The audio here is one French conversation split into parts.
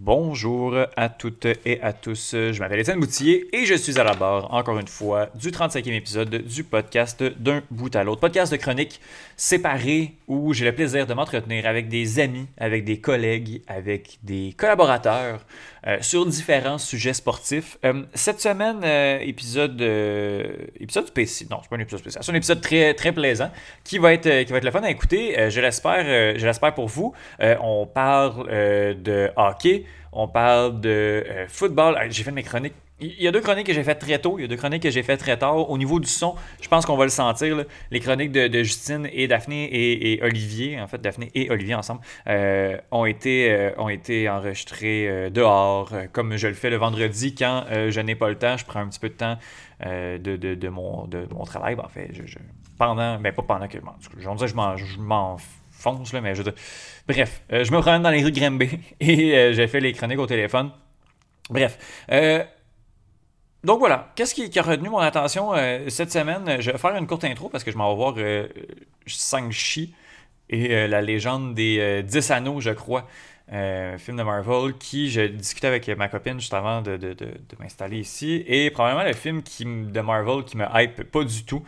Bonjour à toutes et à tous, je m'appelle Étienne Boutillier et je suis à la barre, encore une fois, du 35e épisode du podcast D'un bout à l'autre. Podcast de chronique séparé où j'ai le plaisir de m'entretenir avec des amis, avec des collègues, avec des collaborateurs sur différents sujets sportifs. Cette semaine, épisode spécial, non c'est pas un épisode spécial, c'est un épisode très, très plaisant qui va être le fun à écouter, je l'espère pour vous. On parle de hockey, on parle de football. J'ai fait mes chroniques. Il y a deux chroniques que j'ai faites très tôt, il y a deux chroniques que j'ai faites très tard. Au niveau du son, je pense qu'on va le sentir. Là. Les chroniques de Justine et Daphné et Olivier, en fait Daphné et Olivier ensemble, ont été enregistrées dehors, comme je le fais le vendredi quand je n'ai pas le temps. Je prends un petit peu de temps de mon travail. En fait, pas pendant que... je m'enfonce, là, mais je veux dire... Bref, je me promène dans les rues de Granby et j'ai fait les chroniques au téléphone. Bref. Donc voilà, qu'est-ce qui a retenu mon attention cette semaine? Je vais faire une courte intro parce que je m'en vais voir Shang-Chi et la légende des 10 anneaux, je crois. Film de Marvel qui je discutais avec ma copine juste avant de m'installer ici. Et probablement le film de Marvel qui me hype pas du tout.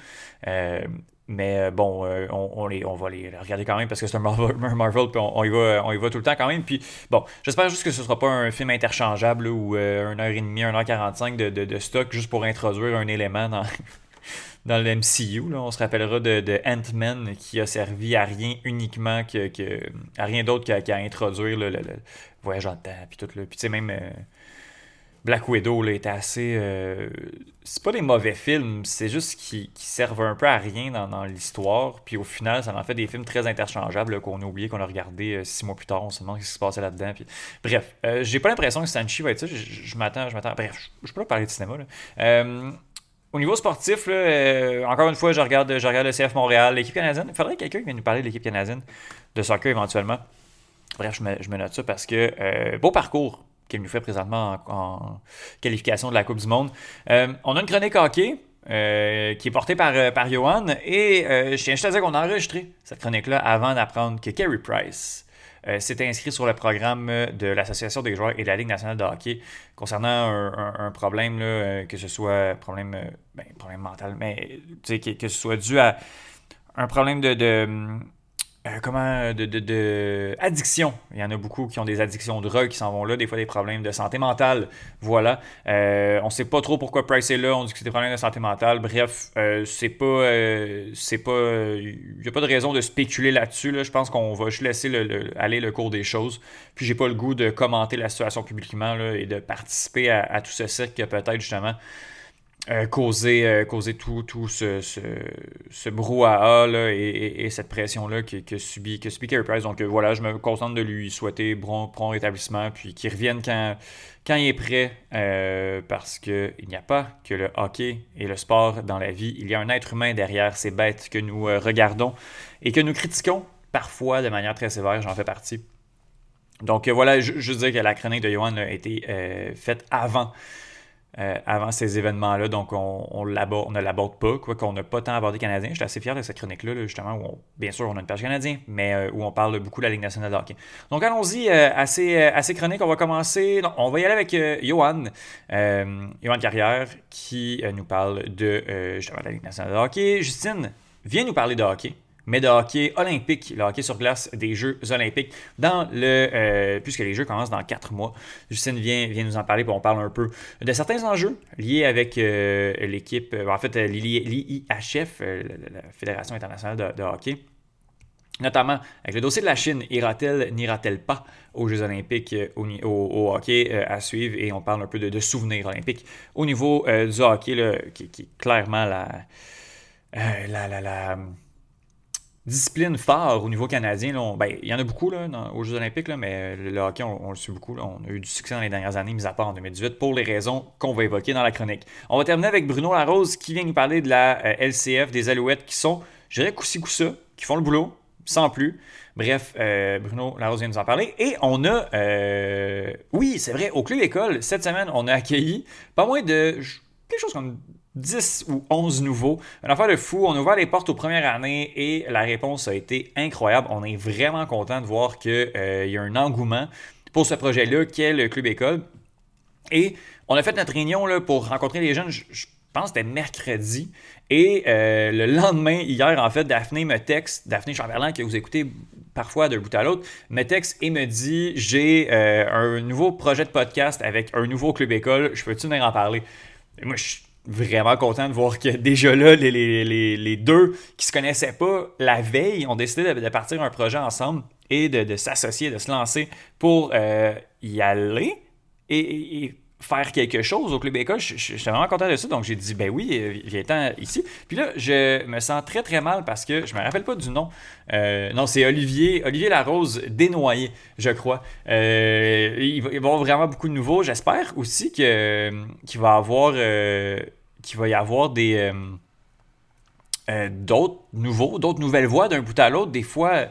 Mais bon, on va les regarder quand même parce que c'est un Marvel puis on y va tout le temps quand même. Puis bon, j'espère juste que ce sera pas un film interchangeable là, ou 1h30, 1h45 de stock juste pour introduire un élément dans le MCU. Là. On se rappellera de Ant-Man qui a servi à rien uniquement à rien d'autre qu'à introduire le voyage dans le temps. Puis tout là. Puis tu sais, même Black Widow là, était assez. C'est pas des mauvais films, c'est juste qu'ils servent un peu à rien dans l'histoire. Puis au final, ça en fait des films très interchangeables là, qu'on a oublié qu'on a regardé 6 mois plus tard. On se demande ce qui se passait là-dedans. Puis... Bref, j'ai pas l'impression que Shang-Chi va être ça. Je m'attends. Bref, je peux pas parler de cinéma. Là. Au niveau sportif, là, encore une fois, je regarde le CF Montréal, l'équipe canadienne. Il faudrait quelqu'un qui vienne nous parler de l'équipe canadienne de soccer éventuellement. Bref, je me note ça parce que beau parcours qu'elle nous fait présentement en qualification de la Coupe du Monde. On a une chronique hockey qui est portée par Johan et je tiens juste à dire qu'on a enregistré cette chronique-là avant d'apprendre que Carey Price s'est inscrit sur le programme de l'Association des joueurs et de la Ligue nationale de hockey concernant un problème, là, que ce soit problème mental, mais que ce soit dû à un problème de addiction. Il y en a beaucoup qui ont des addictions de drogue qui s'en vont là, des fois des problèmes de santé mentale. Voilà. On ne sait pas trop pourquoi Price est là, on dit que c'est des problèmes de santé mentale. Bref, il n'y a pas de raison de spéculer là-dessus. Là. Je pense qu'on va juste laisser aller le cours des choses. Puis j'ai pas le goût de commenter la situation publiquement là, et de participer à tout ce cirque qui a peut-être justement causer tout ce brouhaha là, et cette pression-là que subit Carey Price. Donc voilà, je me contente de lui souhaiter bon rétablissement, puis qu'il revienne quand il est prêt, parce qu'il n'y a pas que le hockey et le sport dans la vie. Il y a un être humain derrière ces bêtes que nous regardons et que nous critiquons parfois de manière très sévère, j'en fais partie. Donc voilà, je veux dire que la chronique de Johan a été faite avant ces événements-là, donc on ne l'aborde pas, quoi qu'on n'a pas tant abordé Canadien. Je suis assez fier de cette chronique-là, là, justement, où bien sûr on a une page Canadien, mais où on parle beaucoup de la Ligue nationale de hockey. Donc allons-y, assez chronique, on va commencer, non, on va y aller avec Johan Carrière, qui nous parle de justement la Ligue nationale de hockey. Justine vient nous parler de hockey, mais de hockey olympique, le hockey sur glace des Jeux olympiques, puisque les Jeux commencent dans 4 mois. Justine vient nous en parler, puis on parle un peu de certains enjeux liés avec l'équipe, l'IIHF, la Fédération internationale de hockey. Notamment avec le dossier de la Chine, n'ira-t-elle pas aux Jeux olympiques au hockey à suivre, et on parle un peu de souvenirs olympiques au niveau du hockey, là, qui est clairement la discipline phare au niveau canadien. Là, il y en a beaucoup là, aux Jeux olympiques, là, mais le hockey, on le suit beaucoup. Là. On a eu du succès dans les dernières années, mis à part en 2018, pour les raisons qu'on va évoquer dans la chronique. On va terminer avec Bruno Larose, qui vient nous parler de la LCF, des Alouettes, qui sont, je dirais, coussi-coussa, qui font le boulot, sans plus. Bref, Bruno Larose vient nous en parler. Et on a, oui, c'est vrai, au Club École, cette semaine, on a accueilli pas moins de quelque chose comme 10 ou 11 nouveaux. Une affaire de fou. On a ouvert les portes aux premières années et la réponse a été incroyable. On est vraiment content de voir qu'il y a un engouement. pour ce projet-là qu'est le Club École. Et on a fait notre réunion là, pour rencontrer les jeunes, je pense que c'était mercredi. Et le lendemain, hier, en fait, Daphné Chamberlain, que vous écoutez parfois d'un bout à l'autre, me texte et me dit: j'ai un nouveau projet de podcast avec un nouveau Club École, je peux-tu venir en parler? Et moi, je suis vraiment content de voir que déjà là, les deux qui se connaissaient pas la veille ont décidé de partir un projet ensemble et de s'associer, de se lancer pour y aller et faire quelque chose au Club École. J'étais vraiment content de ça, donc j'ai dit ben oui, viens-t'en ici. Puis là, je me sens très très mal parce que je me rappelle pas du nom. Non, c'est Olivier Larose Desnoyers, je crois. Il va y avoir vraiment beaucoup de nouveaux. J'espère aussi qu'il va y avoir d'autres nouvelles voix d'un bout à l'autre. Des fois,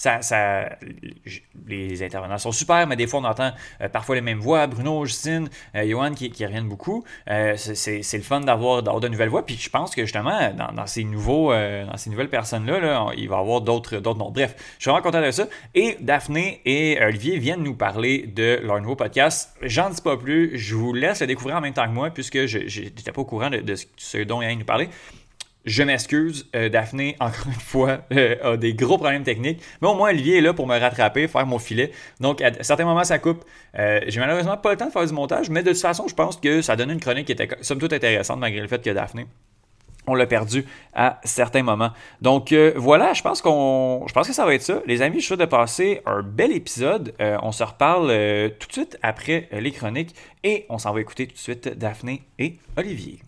les intervenants sont super, mais des fois, on entend parfois les mêmes voix. Bruno, Justine, Johan qui reviennent beaucoup. C'est le fun d'avoir de nouvelles voix. Puis je pense que justement, dans ces nouvelles personnes-là, il va y avoir d'autres noms. Bref, je suis vraiment content de ça. Et Daphné et Olivier viennent nous parler de leur nouveau podcast. J'en dis pas plus. Je vous laisse le découvrir en même temps que moi, puisque je n'étais pas au courant de ce dont ils nous parler. Je m'excuse, Daphné, encore une fois, a des gros problèmes techniques. Mais au moins, Olivier est là pour me rattraper, faire mon filet. Donc, à certains moments, ça coupe. J'ai malheureusement pas le temps de faire du montage, mais de toute façon, je pense que ça donne une chronique qui était somme toute intéressante, malgré le fait que Daphné, on l'a perdu à certains moments. Donc, voilà, je pense que ça va être ça. Les amis, je souhaite de passer un bel épisode. On se reparle tout de suite après les chroniques et on s'en va écouter tout de suite Daphné et Olivier.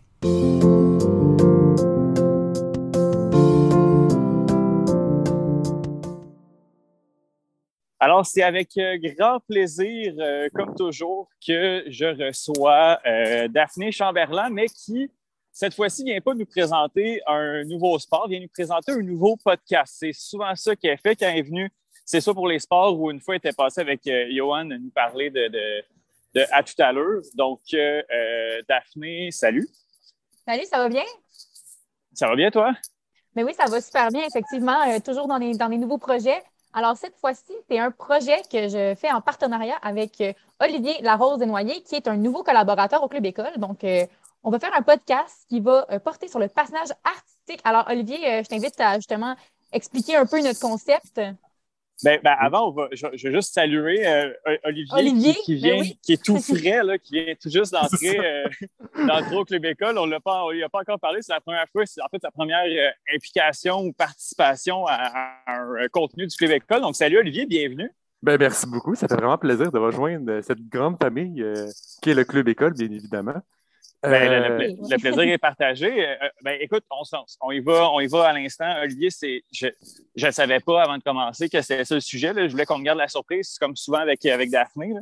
Alors, c'est avec grand plaisir, comme toujours, que je reçois Daphné Chamberlain, mais qui, cette fois-ci, vient pas nous présenter un nouveau sport, vient nous présenter un nouveau podcast. C'est souvent ça qu'elle fait quand elle est venue. C'est ça pour les sports, où une fois, elle était passée avec Johan nous parler de À tout à l'heure. Donc, Daphné, salut. Salut, ça va bien? Ça va bien, toi? Ben oui, ça va super bien, effectivement, toujours dans les nouveaux projets. Alors, cette fois-ci, c'est un projet que je fais en partenariat avec Olivier Larose Desnoyers, qui est un nouveau collaborateur au Club École. Donc, on va faire un podcast qui va porter sur le patinage artistique. Alors, Olivier, je t'invite à justement expliquer un peu notre concept. Ben, avant, je vais juste saluer Olivier qui vient, oui. qui est tout frais, là, qui vient tout juste d'entrer au Club École. On lui a pas encore parlé. C'est la première fois, c'est en fait sa première implication ou participation à un contenu du Club École. Donc, salut Olivier, bienvenue. Ben, merci beaucoup. Ça fait vraiment plaisir de rejoindre cette grande famille qui est le Club École, bien évidemment. Le plaisir est partagé. Écoute, on y va à l'instant. Olivier, je ne savais pas avant de commencer que c'était ça le sujet. Là. Je voulais qu'on me garde la surprise, comme souvent avec Daphné.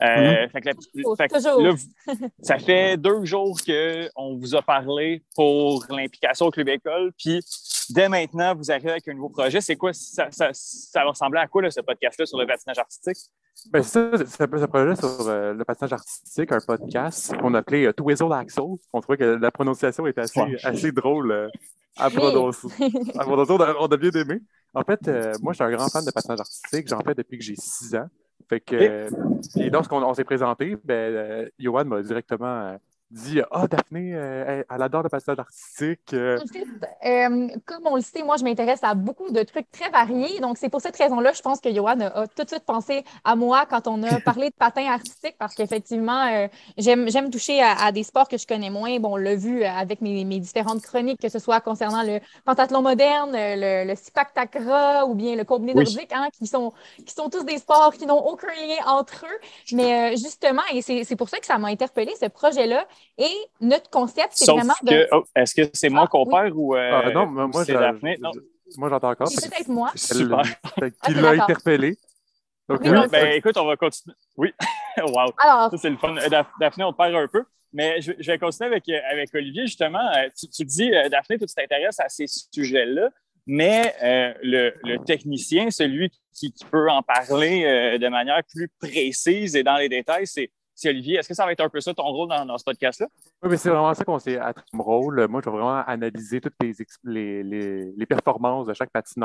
Ça fait 2 jours qu'on vous a parlé pour l'implication au Club École. Puis, dès maintenant, vous arrivez avec un nouveau projet. C'est quoi? Ça va ressembler à quoi, là, ce podcast-là sur le patinage artistique? Ben, c'est un projet sur le patinage artistique, un podcast qu'on appelait Twizzle Axel. On trouvait que la prononciation était assez drôle à prononcer. On a bien aimé. En fait, moi, je suis un grand fan de patinage artistique. J'en fais depuis que j'ai 6 ans. Fait que, et lorsqu'on s'est présenté, Johan m'a directement dit Daphné, elle adore le patinage artistique. Comme on le sait, moi, je m'intéresse à beaucoup de trucs très variés. Donc, c'est pour cette raison-là, je pense que Johan a tout de suite pensé à moi quand on a parlé de patin artistique, parce qu'effectivement, j'aime toucher à des sports que je connais moins. Bon, on l'a vu avec mes différentes chroniques, que ce soit concernant le pentathlon moderne, le Sipak Takraw ou bien le combiné nordique, qui sont tous des sports qui n'ont aucun lien entre eux. Mais justement, et c'est pour ça que ça m'a interpellé, ce projet-là. Et notre concept, c'est vraiment de... Est-ce que c'est moi qu'on perd ou non, moi, c'est Daphné? Non. Moi, j'entends encore. C'est peut-être moi. Super. Qui l'a interpellé. Donc, écoute, on va continuer. Oui. Wow. Alors, ça, c'est le fun. Daphné, on te perd un peu. Mais je vais continuer avec Olivier, justement. Tu dis, Daphné, tu t'intéresses à ces sujets-là, mais le technicien, celui qui peut en parler de manière plus précise et dans les détails, c'est Olivier. Est-ce que ça va être un peu ça ton rôle dans ce podcast-là? Oui, mais c'est vraiment ça qu'on s'est attribué comme rôle. Moi, je vais vraiment analyser toutes les performances de chaque patineur.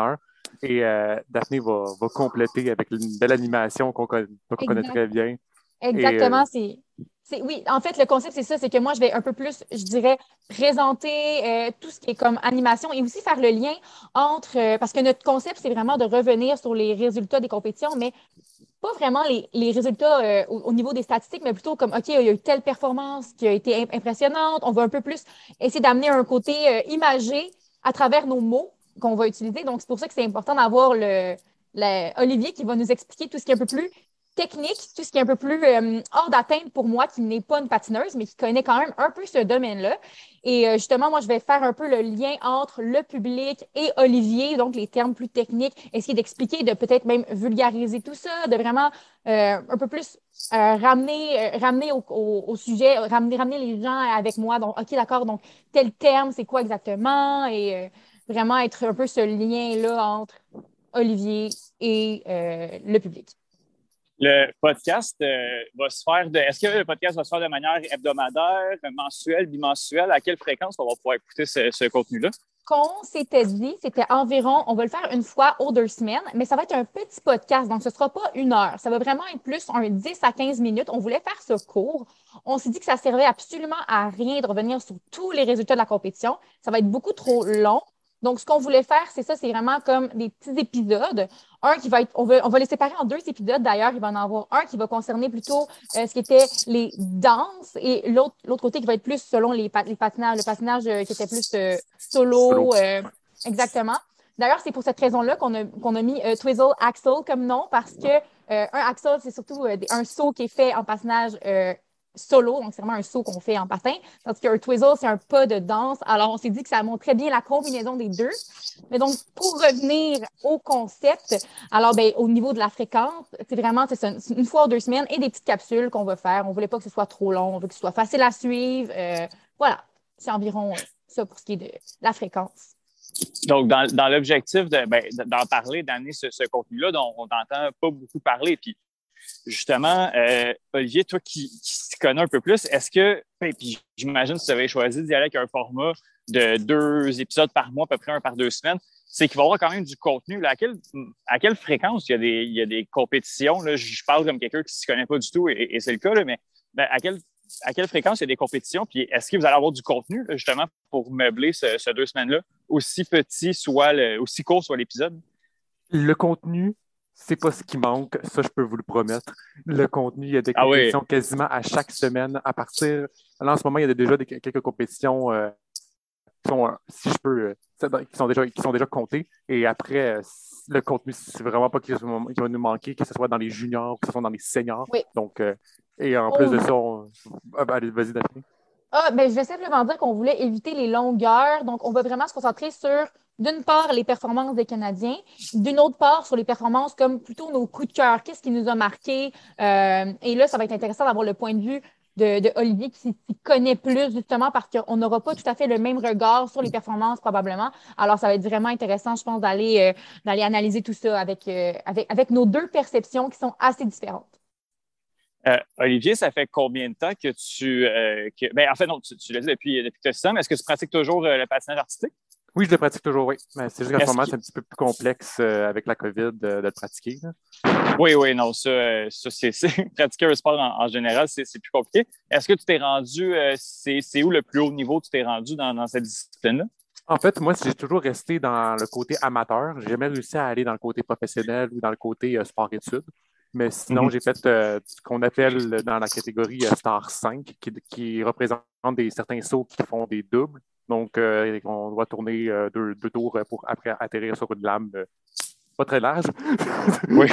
Et Daphné va compléter avec une belle animation qu'on connaît très bien. Exactement, oui, en fait, le concept, c'est ça, c'est que moi, je vais un peu plus, je dirais, présenter tout ce qui est comme animation et aussi faire le lien entre, parce que notre concept, c'est vraiment de revenir sur les résultats des compétitions, mais pas vraiment les résultats au niveau des statistiques, mais plutôt comme, OK, il y a eu telle performance qui a été impressionnante, on va un peu plus essayer d'amener un côté imagé à travers nos mots qu'on va utiliser. Donc, c'est pour ça que c'est important d'avoir Olivier qui va nous expliquer tout ce qui est un peu plus technique, tout ce qui est un peu plus hors d'atteinte pour moi, qui n'est pas une patineuse, mais qui connaît quand même un peu ce domaine-là. Et justement, moi, je vais faire un peu le lien entre le public et Olivier, donc les termes plus techniques, essayer d'expliquer, de peut-être même vulgariser tout ça, de vraiment un peu plus ramener au sujet, ramener les gens avec moi. Donc, OK, d'accord, donc tel terme, c'est quoi exactement? Et vraiment être un peu ce lien-là entre Olivier et le public. Le podcast va se faire Est-ce que le podcast va se faire de manière hebdomadaire, mensuelle, bimensuelle? À quelle fréquence on va pouvoir écouter ce contenu-là? Qu'on s'était dit, c'était environ, on va le faire une fois aux 2 semaines, mais ça va être un petit podcast, donc ce ne sera pas 1 heure. Ça va vraiment être plus un 10 à 15 minutes. On voulait faire ce cours. On s'est dit que ça servait absolument à rien de revenir sur tous les résultats de la compétition. Ça va être beaucoup trop long. Donc, ce qu'on voulait faire, c'est ça, c'est vraiment comme des petits épisodes. Un qui va être, on va les séparer en 2 épisodes. D'ailleurs, il va en avoir un qui va concerner plutôt ce qui était les danses et l'autre côté qui va être plus selon les patinages, le patinage qui était plus solo. Exactement. D'ailleurs, c'est pour cette raison-là qu'on a mis Twizzle Axel comme nom parce que un axel, c'est surtout un saut qui est fait en patinage solo, donc c'est vraiment un saut qu'on fait en patin, tandis qu'un twizzle, c'est un pas de danse. Alors, on s'est dit que ça montrait bien la combinaison des deux. Mais donc, pour revenir au concept, alors, ben, au niveau de la fréquence, c'est vraiment une fois ou 2 semaines et des petites capsules qu'on va faire. On ne voulait pas que ce soit trop long, on veut que ce soit facile à suivre. Voilà, c'est environ ça pour ce qui est de la fréquence. Donc, dans l'objectif d'en parler, d'amener ce contenu-là dont on n'entend pas beaucoup parler, puis justement, Olivier, toi qui connais un peu plus, est-ce que, puis j'imagine que tu avais choisi d'y aller avec un format de 2 épisodes par mois, à peu près 1 par 2 semaines, c'est qu'il va y avoir quand même du contenu. Là, à quelle fréquence il y a des compétitions? Là, je parle comme quelqu'un qui ne s'y connaît pas du tout, et c'est le cas, là, mais à quelle fréquence il y a des compétitions? Puis est-ce que vous allez avoir du contenu, là, justement, pour meubler ce 2 semaines-là, aussi petit, aussi court soit l'épisode? Le contenu, c'est pas ce qui manque, ça je peux vous le promettre. Le contenu, il y a des compétitions quasiment à chaque semaine. À partir, là en ce moment, il y a déjà quelques compétitions qui sont, si je peux, qui sont déjà comptées. Et après, le contenu, c'est vraiment pas qu'il va nous manquer, que ce soit dans les juniors, que ce soit dans les seniors. Oui. Donc, et en plus de ça, allez, vas-y, Daphné. Ben, je vais simplement dire qu'on voulait éviter les longueurs. Donc, on va vraiment se concentrer sur, d'une part, les performances des Canadiens, d'une autre part, sur les performances comme plutôt nos coups de cœur. Qu'est-ce qui nous a marqué? Et là, ça va être intéressant d'avoir le point de vue de Olivier qui connaît plus, justement, parce qu'on n'aura pas tout à fait le même regard sur les performances, probablement. Alors, ça va être vraiment intéressant, je pense, d'aller analyser tout ça avec nos 2 perceptions qui sont assez différentes. Olivier, ça fait combien de temps que en fait, non, tu l'as dit depuis que tu as 6 ans, mais est-ce que tu pratiques toujours le patinage artistique? Oui, je le pratique toujours, oui. Mais c'est juste qu'en ce moment, c'est un petit peu plus complexe avec la COVID de le pratiquer. Là. Oui, non, ça c'est pratiquer un sport en général, c'est plus compliqué. Est-ce que tu t'es rendu, c'est où le plus haut niveau que tu t'es rendu dans cette discipline-là? En fait, moi, j'ai toujours resté dans le côté amateur. J'ai jamais réussi à aller dans le côté professionnel ou dans le côté sport-études. Mais sinon, j'ai fait ce qu'on appelle dans la catégorie Star 5, qui représente certains sauts qui font des doubles. Donc, on doit tourner 2 tours pour après atterrir sur une lame pas très large. Oui.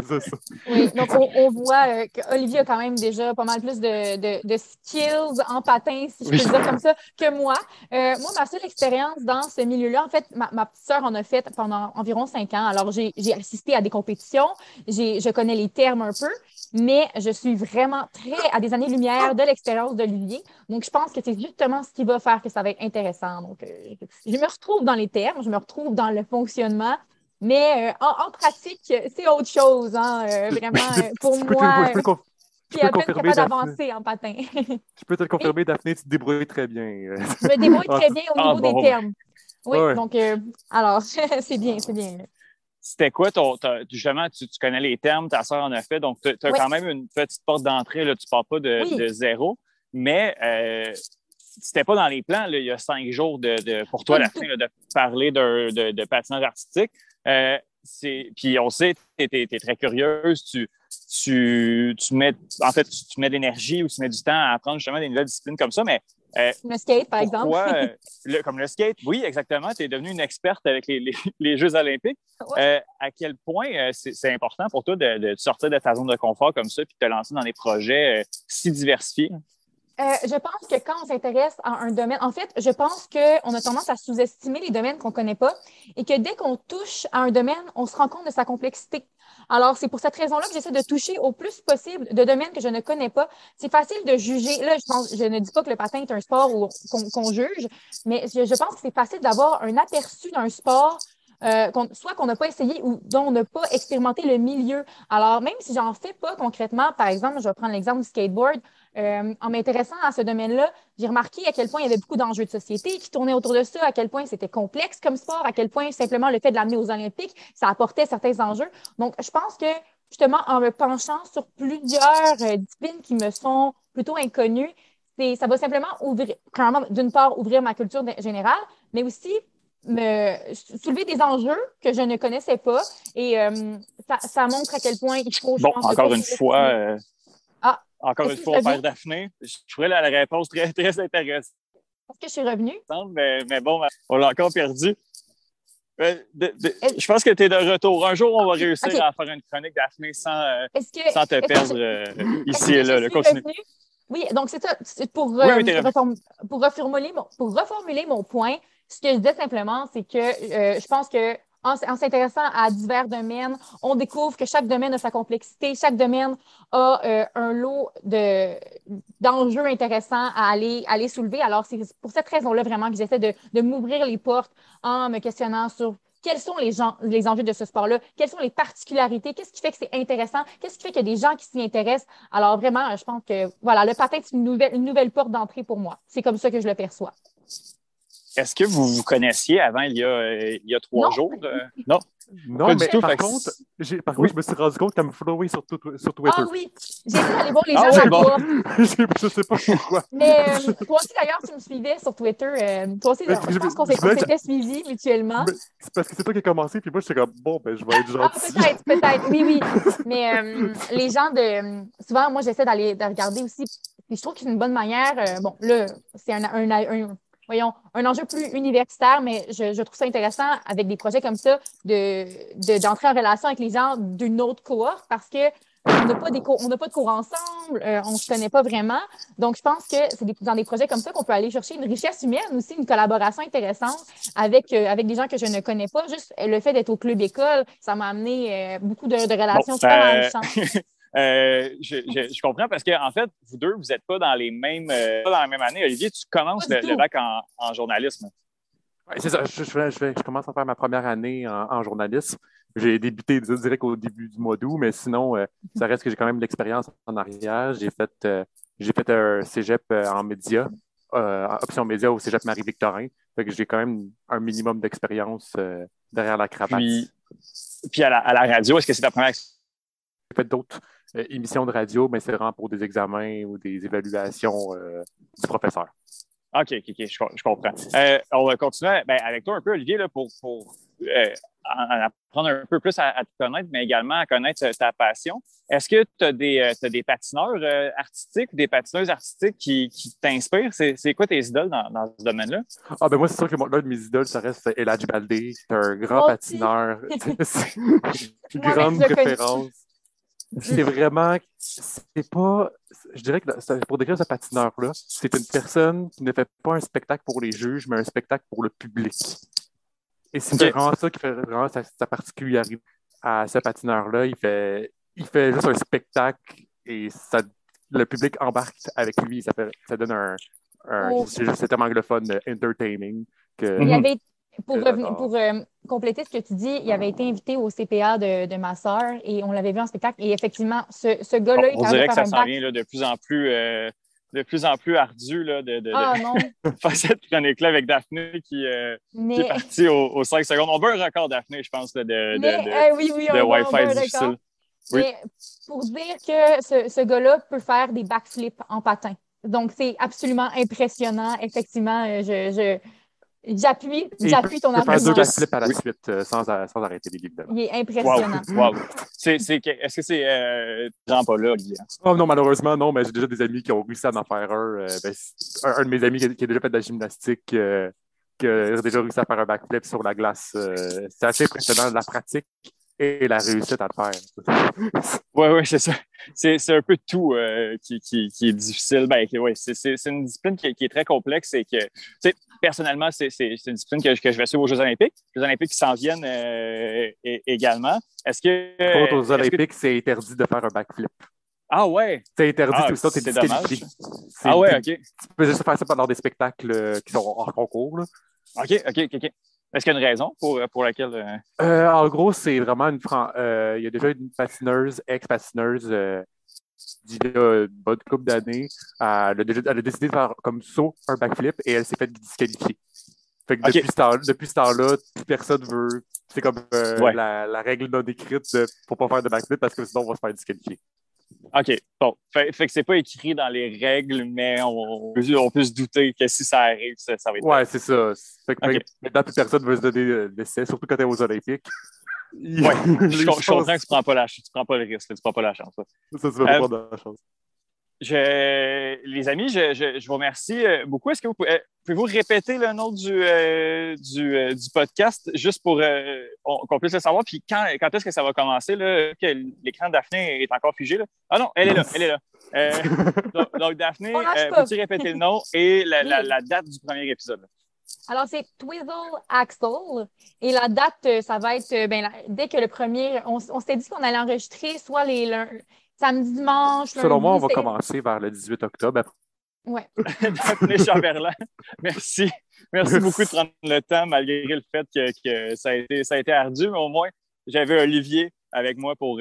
Oui, donc on voit qu'Olivier a quand même déjà pas mal plus de skills en patin, si je peux le dire comme ça, que moi. Moi, ma seule expérience dans ce milieu-là, en fait, ma petite sœur en a fait pendant environ 5 ans. Alors, j'ai assisté à des compétitions, je connais les termes un peu, mais je suis vraiment à des années-lumière de l'expérience d'Olivier. Donc, je pense que c'est justement ce qui va faire que ça va être intéressant. Donc, je me retrouve dans les termes, je me retrouve dans le fonctionnement. Mais en pratique, c'est autre chose, hein, vraiment, pour moi. Je suis à peine capable d'avancer en patin. Je peux te le confirmer, Daphné, tu te débrouilles très bien. Je me débrouille très bien au niveau des termes. Oui, ouais. donc, alors, c'est bien, c'est bien. c'était quoi justement, tu connais les termes, ta sœur en a fait, donc tu as quand même une petite porte d'entrée, là, tu ne pars pas de zéro, mais c'était pas dans les plans, là, il y a 5 jours pour toi, Daphné, là, de parler de patinage artistique. Puis on sait, tu es très curieuse, tu mets de l'énergie ou tu mets du temps à apprendre justement des nouvelles disciplines comme ça, mais le skate, par exemple. Comme le skate, oui, exactement. Tu es devenue une experte avec les Jeux olympiques. Ouais. À quel point c'est important pour toi de sortir de ta zone de confort comme ça puis de te lancer dans des projets si diversifiés? Je pense que quand on s'intéresse à un domaine, en fait, je pense qu'on a tendance à sous-estimer les domaines qu'on ne connaît pas et que dès qu'on touche à un domaine, on se rend compte de sa complexité. Alors, c'est pour cette raison-là que j'essaie de toucher au plus possible de domaines que je ne connais pas. C'est facile de juger. Là, je ne dis pas que le patin est un sport qu'on juge, mais je pense que c'est facile d'avoir un aperçu d'un sport soit qu'on n'a pas essayé ou dont on n'a pas expérimenté le milieu. Alors, même si j'en fais pas concrètement, par exemple, je vais prendre l'exemple du skateboard, en m'intéressant à ce domaine-là, j'ai remarqué à quel point il y avait beaucoup d'enjeux de société qui tournaient autour de ça, à quel point c'était complexe comme sport, à quel point simplement le fait de l'amener aux Olympiques, ça apportait certains enjeux. Donc, je pense que justement, en me penchant sur plusieurs disciplines qui me sont plutôt inconnues, ça va simplement ouvrir, premièrement, d'une part, ouvrir ma culture générale, mais aussi me soulever des enjeux que je ne connaissais pas et ça montre à quel point il faut... Bon, encore une fois... Encore une fois, on perd Daphné. Je trouvais la réponse très, très intéressante. Est-ce que je suis revenue? Mais bon, on l'a encore perdu. Je pense que tu es de retour. Un jour, on va réussir à faire une chronique, Daphné, sans te perdre ici et là. Continue. Oui, donc c'est ça. Pour reformuler mon point, ce que je disais simplement, c'est que je pense que en s'intéressant à divers domaines, on découvre que chaque domaine a sa complexité, chaque domaine a un lot d'enjeux intéressants à aller soulever. Alors, c'est pour cette raison-là vraiment que j'essaie de m'ouvrir les portes en me questionnant sur quels sont les enjeux de ce sport-là, quelles sont les particularités, qu'est-ce qui fait que c'est intéressant, qu'est-ce qui fait qu'il y a des gens qui s'y intéressent. Alors, vraiment, je pense que voilà, le patin, c'est une nouvelle porte d'entrée pour moi. C'est comme ça que je le perçois. Est-ce que vous vous connaissiez avant il y a 3 jours? Non. Non, mais par contre, je me suis rendu compte qu'elle me followait sur Twitter. Ah oui, j'ai essayé d'aller voir les gens à toi. Je sais pas pourquoi. Mais toi aussi, d'ailleurs, tu me suivais sur Twitter. Toi aussi, je pense qu'on s'était suivis mutuellement. C'est parce que c'est toi qui as commencé, puis moi, j'étais comme, bon, ben, je vais être gentil. Peut-être, oui. Mais les gens souvent, moi, j'essaie de regarder aussi. Puis je trouve que c'est une bonne manière. Bon, là, c'est un enjeu plus universitaire, mais je trouve ça intéressant avec des projets comme ça d'entrer en relation avec les gens d'une autre cohorte parce que on n'a pas de cours ensemble, on ne se connaît pas vraiment. Donc, je pense que c'est dans des projets comme ça qu'on peut aller chercher une richesse humaine aussi, une collaboration intéressante avec des gens que je ne connais pas. Juste le fait d'être au club école, ça m'a amené beaucoup de relations super enrichissantes. Je comprends parce qu'en fait, vous deux, vous n'êtes pas dans la même année. Olivier, tu commences le bac en journalisme. Oui, c'est ça. Je commence à faire ma première année en journalisme. J'ai débuté direct au début du mois d'août, mais sinon, ça reste que j'ai quand même de l'expérience en arrière. J'ai fait un cégep en médias, option médias au cégep Marie-Victorin. Fait que j'ai quand même un minimum d'expérience derrière la cravate. Puis à la radio, est-ce que c'est ta première expérience? J'ai fait d'autres émissions de radio, mais c'est vraiment pour des examens ou des évaluations du professeur. OK, je comprends. On va continuer avec toi un peu, Olivier, là, pour en apprendre un peu plus à te connaître, mais également à connaître ta passion. Est-ce que tu as des patineurs artistiques ou des patineuses artistiques qui t'inspirent? C'est quoi tes idoles dans ce domaine-là? Ah, ben moi, c'est sûr que l'un de mes idoles, ça reste Eladj Baldé. C'est un grand patineur. C'est une grande référence. C'est vraiment, c'est pas, je dirais que pour décrire ce patineur-là, c'est une personne qui ne fait pas un spectacle pour les juges, mais un spectacle pour le public. Et c'est vraiment ça qui fait vraiment sa particularité à ce patineur-là. Il fait juste un spectacle et le public embarque avec lui. Ça donne c'est juste tellement anglophone, entertaining. Pour compléter ce que tu dis, il avait été invité au CPA de ma sœur et on l'avait vu en spectacle. Et effectivement, ce gars-là... On dirait que ça s'en vient là, de plus en plus de plus en plus ardu là, de non. faire cette chronique-là avec Daphné qui est partie aux 5 secondes. On bat un record, Daphné, je pense, là, oui, de on bat Wi-Fi un difficile. record. Oui. Mais pour dire que ce gars-là peut faire des backflips en patin. Donc, c'est absolument impressionnant. Effectivement, j'appuie ton argument. Faire 2 backflips à la Oui. suite sans arrêter les livres. Il est impressionnant. Wow. Est-ce que c'est Jean pas là, Guy? Oh non, malheureusement, non, mais j'ai déjà des amis qui ont réussi à en faire un. Un de mes amis qui a déjà fait de la gymnastique, qui a déjà réussi à faire un backflip sur la glace. C'est assez impressionnant, la pratique et la réussite à le faire. Oui, c'est ça. C'est un peu tout qui est difficile. Ben, ouais, c'est une discipline qui est très complexe et que, personnellement, c'est une discipline que je vais suivre aux Jeux Olympiques. Les Jeux Olympiques qui s'en viennent également. Est-ce que. Aux Olympiques, c'est interdit de faire un backflip. Ah ouais? C'est interdit, sinon t'es disqualifié. OK. Tu peux juste faire ça pendant des spectacles qui sont hors concours. Là. OK. Est-ce qu'il y a une raison pour laquelle. En gros, c'est vraiment il y a déjà une patineuse, ex-patineuse, d'il y a une bonne couple d'années. Elle a décidé de faire comme saut un backflip et elle s'est fait disqualifier. Fait que depuis ce temps-là, plus personne veut. C'est comme la règle non écrite pour ne pas faire de backflip parce que sinon on va se faire disqualifier. OK. Bon. Fait que c'est pas écrit dans les règles, mais on peut se douter que si ça arrive, ça va être. Ouais, c'est ça. Fait que maintenant, plus personne veut se donner l'essai, surtout quand tu es aux Olympiques. Ouais. Je comprends que tu prends pas le risque, tu prends pas la chance. Ça, tu vas pas prendre la chance. Les amis, je vous remercie beaucoup. Est-ce que pouvez-vous répéter le nom du podcast juste pour qu'on puisse le savoir? Puis quand est-ce que ça va commencer? Là, que l'écran de Daphné est encore figé? Là? Ah non, elle est là. Donc, Daphné, peux-tu répéter le nom et la date du premier épisode? Alors, c'est Twizzle Axel. Et la date, ça va être dès que le premier. On s'était dit qu'on allait enregistrer soit samedi, dimanche. Selon moi, on va commencer vers le 18 octobre. Ouais. Daphné Chamberlain, merci. Merci beaucoup de prendre le temps, malgré le fait que ça a été ardu, mais au moins, j'avais Olivier avec moi pour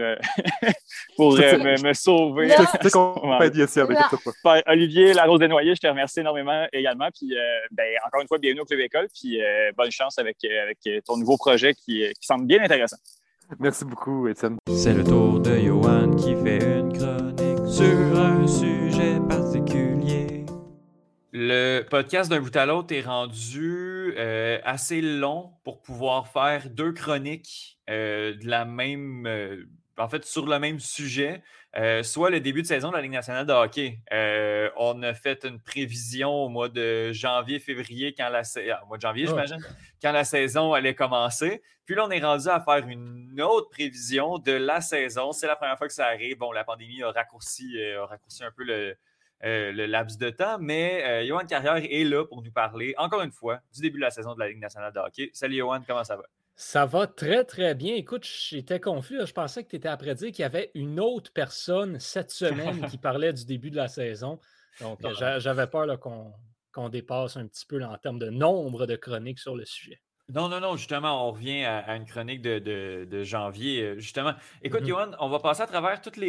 me sauver. C'est compagnie ici avec toi. Olivier Larose Desnoyers, je te remercie énormément également. Puis, encore une fois, bienvenue au Club École. Puis, bonne chance avec ton nouveau projet qui semble bien intéressant. Merci beaucoup, Étienne. C'est le tour de Yoann qui fait une chronique sur un sujet particulier. Le podcast d'un bout à l'autre est rendu assez long pour pouvoir faire 2 chroniques de la même, en fait, sur le même sujet, soit le début de saison de la Ligue nationale de hockey. On a fait une prévision au mois de janvier-février, au mois de janvier, j'imagine, quand la saison allait commencer. Puis là, on est rendu à faire une autre prévision de la saison. C'est la première fois que ça arrive. Bon, la pandémie a raccourci un peu le laps de temps, mais Yoann Carrière est là pour nous parler, encore une fois, du début de la saison de la Ligue nationale de hockey. Salut Yoann, comment ça va? Ça va très, très bien. Écoute, j'étais confus. Je pensais que tu étais après dire qu'il y avait une autre personne cette semaine qui parlait du début de la saison. Donc, j'avais peur là, qu'on dépasse un petit peu là, en termes de nombre de chroniques sur le sujet. Non, justement, on revient à une chronique de janvier, justement. Écoute, Yoann, on va passer à travers toutes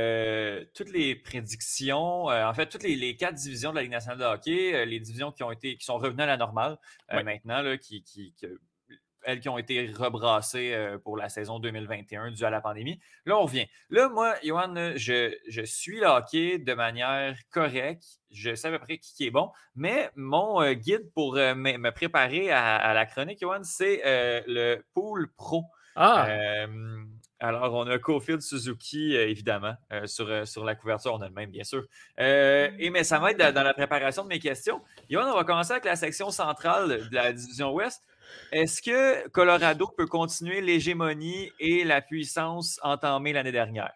les prédictions, en fait, toutes les 4 divisions de la Ligue nationale de hockey, les divisions qui sont revenues à la normale maintenant, là, elles qui ont été rebrassées pour la saison 2021 due à la pandémie. Là, on revient. Là, moi, Yoann, je suis le hockey de manière correcte. Je sais à peu près qui est bon. Mais mon guide pour me préparer à la chronique, Yoann, c'est le Pool Pro. Alors, on a Cofield Suzuki, évidemment, sur la couverture. On a le même, bien sûr. Mais ça m'aide dans la préparation de mes questions. Yoann, on va commencer avec la section centrale de la division Ouest. Est-ce que Colorado peut continuer l'hégémonie et la puissance entamée l'année dernière?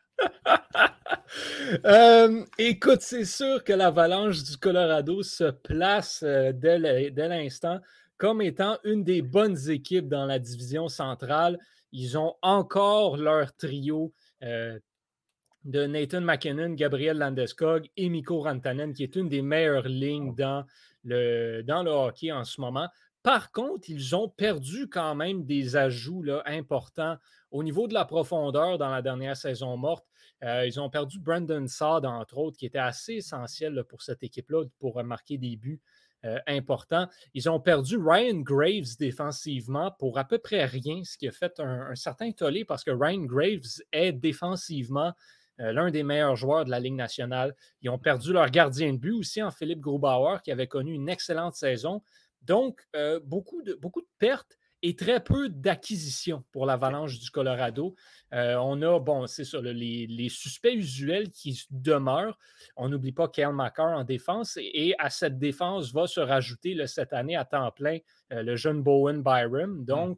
Écoute, c'est sûr que l'Avalanche du Colorado se place dès l'instant comme étant une des bonnes équipes dans la division centrale. Ils ont encore leur trio de Nathan MacKinnon, Gabriel Landeskog et Mikko Rantanen, qui est une des meilleures lignes dans le hockey en ce moment. Par contre, ils ont perdu quand même des ajouts là, importants au niveau de la profondeur dans la dernière saison morte. Ils ont perdu Brandon Saad, entre autres, qui était assez essentiel là, pour cette équipe-là pour marquer des buts importants. Ils ont perdu Ryan Graves défensivement pour à peu près rien, ce qui a fait un certain tollé parce que Ryan Graves est défensivement l'un des meilleurs joueurs de la Ligue nationale. Ils ont perdu leur gardien de but aussi en Philippe Grubauer, qui avait connu une excellente saison. Donc, beaucoup de pertes et très peu d'acquisitions pour l'Avalanche du Colorado. On a, bon, c'est ça, les suspects usuels qui demeurent. On n'oublie pas Cale Makar en défense et à cette défense va se rajouter cette année à temps plein le jeune Bowen Byram. Donc,